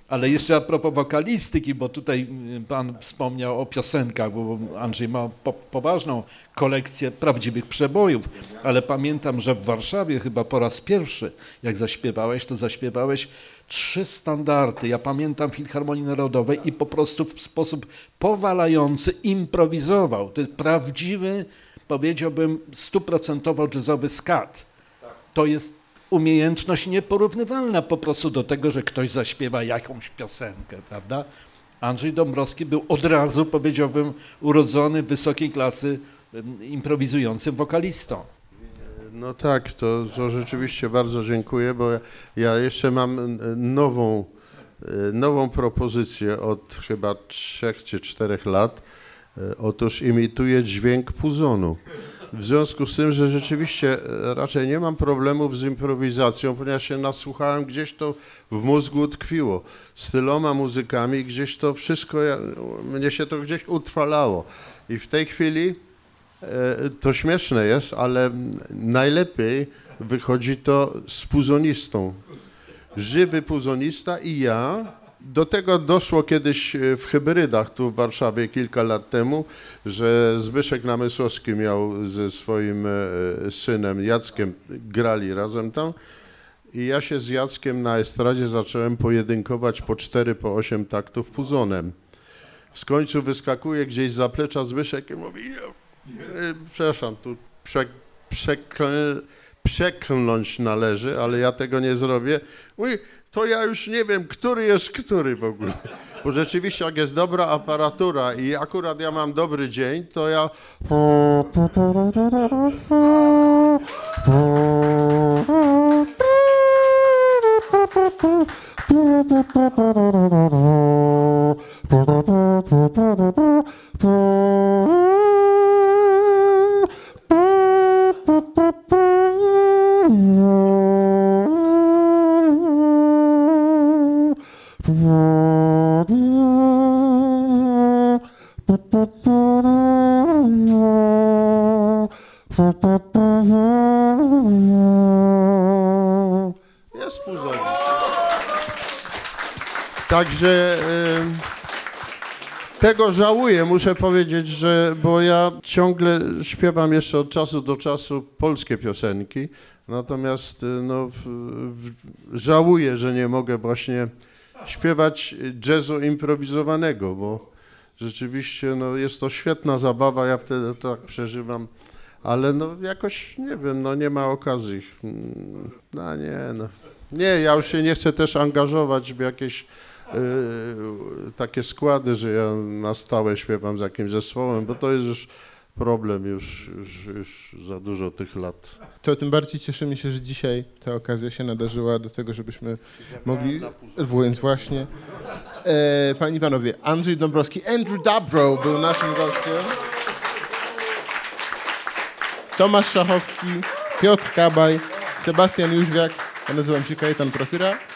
Ale jeszcze a propos wokalistyki, bo tutaj pan wspomniał o piosenkach, bo Andrzej ma po, poważną kolekcję prawdziwych przebojów, ale pamiętam, że w Warszawie chyba po raz pierwszy, jak zaśpiewałeś, to zaśpiewałeś trzy standardy. Ja pamiętam Filharmonii Narodowej i po prostu w sposób powalający improwizował. To jest prawdziwy, powiedziałbym, stuprocentowo jazzowy skat. To jest umiejętność nieporównywalna po prostu do tego, że ktoś zaśpiewa jakąś piosenkę, prawda? Andrzej Dąbrowski był od razu, powiedziałbym, urodzony wysokiej klasy improwizującym wokalistą. No tak, to, to rzeczywiście bardzo dziękuję, bo ja jeszcze mam nową, nową propozycję od chyba trzech czy czterech lat. Otóż imituję dźwięk puzonu. W związku z tym, że rzeczywiście raczej nie mam problemów z improwizacją, ponieważ się nasłuchałem, gdzieś to w mózgu tkwiło. Z tyloma muzykami gdzieś to wszystko, ja, mnie się to gdzieś utrwalało. I w tej chwili e, to śmieszne jest, ale najlepiej wychodzi to z puzonistą. Żywy puzonista i ja. Do tego doszło kiedyś w Hybrydach tu w Warszawie kilka lat temu, że Zbyszek Namysłowski miał ze swoim synem Jackiem, grali razem tam i ja się z Jackiem na estradzie zacząłem pojedynkować po cztery, po osiem taktów puzonem. W końcu wyskakuje gdzieś z zaplecza Zbyszek i mówi, przepraszam, tu prze, przeklę, przeklnąć należy, ale ja tego nie zrobię. Mówi, to ja już nie wiem, który jest który w ogóle. Bo rzeczywiście, jak jest dobra aparatura i akurat ja mam dobry dzień, to ja... Jest puzon. Także y, tego żałuję, muszę powiedzieć, że bo ja ciągle śpiewam jeszcze od czasu do czasu polskie piosenki, natomiast no, w, w, żałuję, że nie mogę właśnie śpiewać jazzu improwizowanego, bo rzeczywiście no, jest to świetna zabawa, ja wtedy tak przeżywam, ale no jakoś nie wiem, no nie ma okazji. No nie, no. Nie, ja już się nie chcę też angażować w jakieś yy, takie składy, że ja na stałe śpiewam z jakimś zespołem, bo to jest już problem, już, już, już za dużo tych lat. To tym bardziej cieszymy się, że dzisiaj ta okazja się nadarzyła do tego, żebyśmy mogli, więc właśnie, e, panie i panowie, Andrzej Dąbrowski, Andrew Dubrow był naszym gościem, Tomasz Szachowski, Piotr Kabaj, Sebastian Jóźwiak, ja nazywam się Kajetan Prochyra.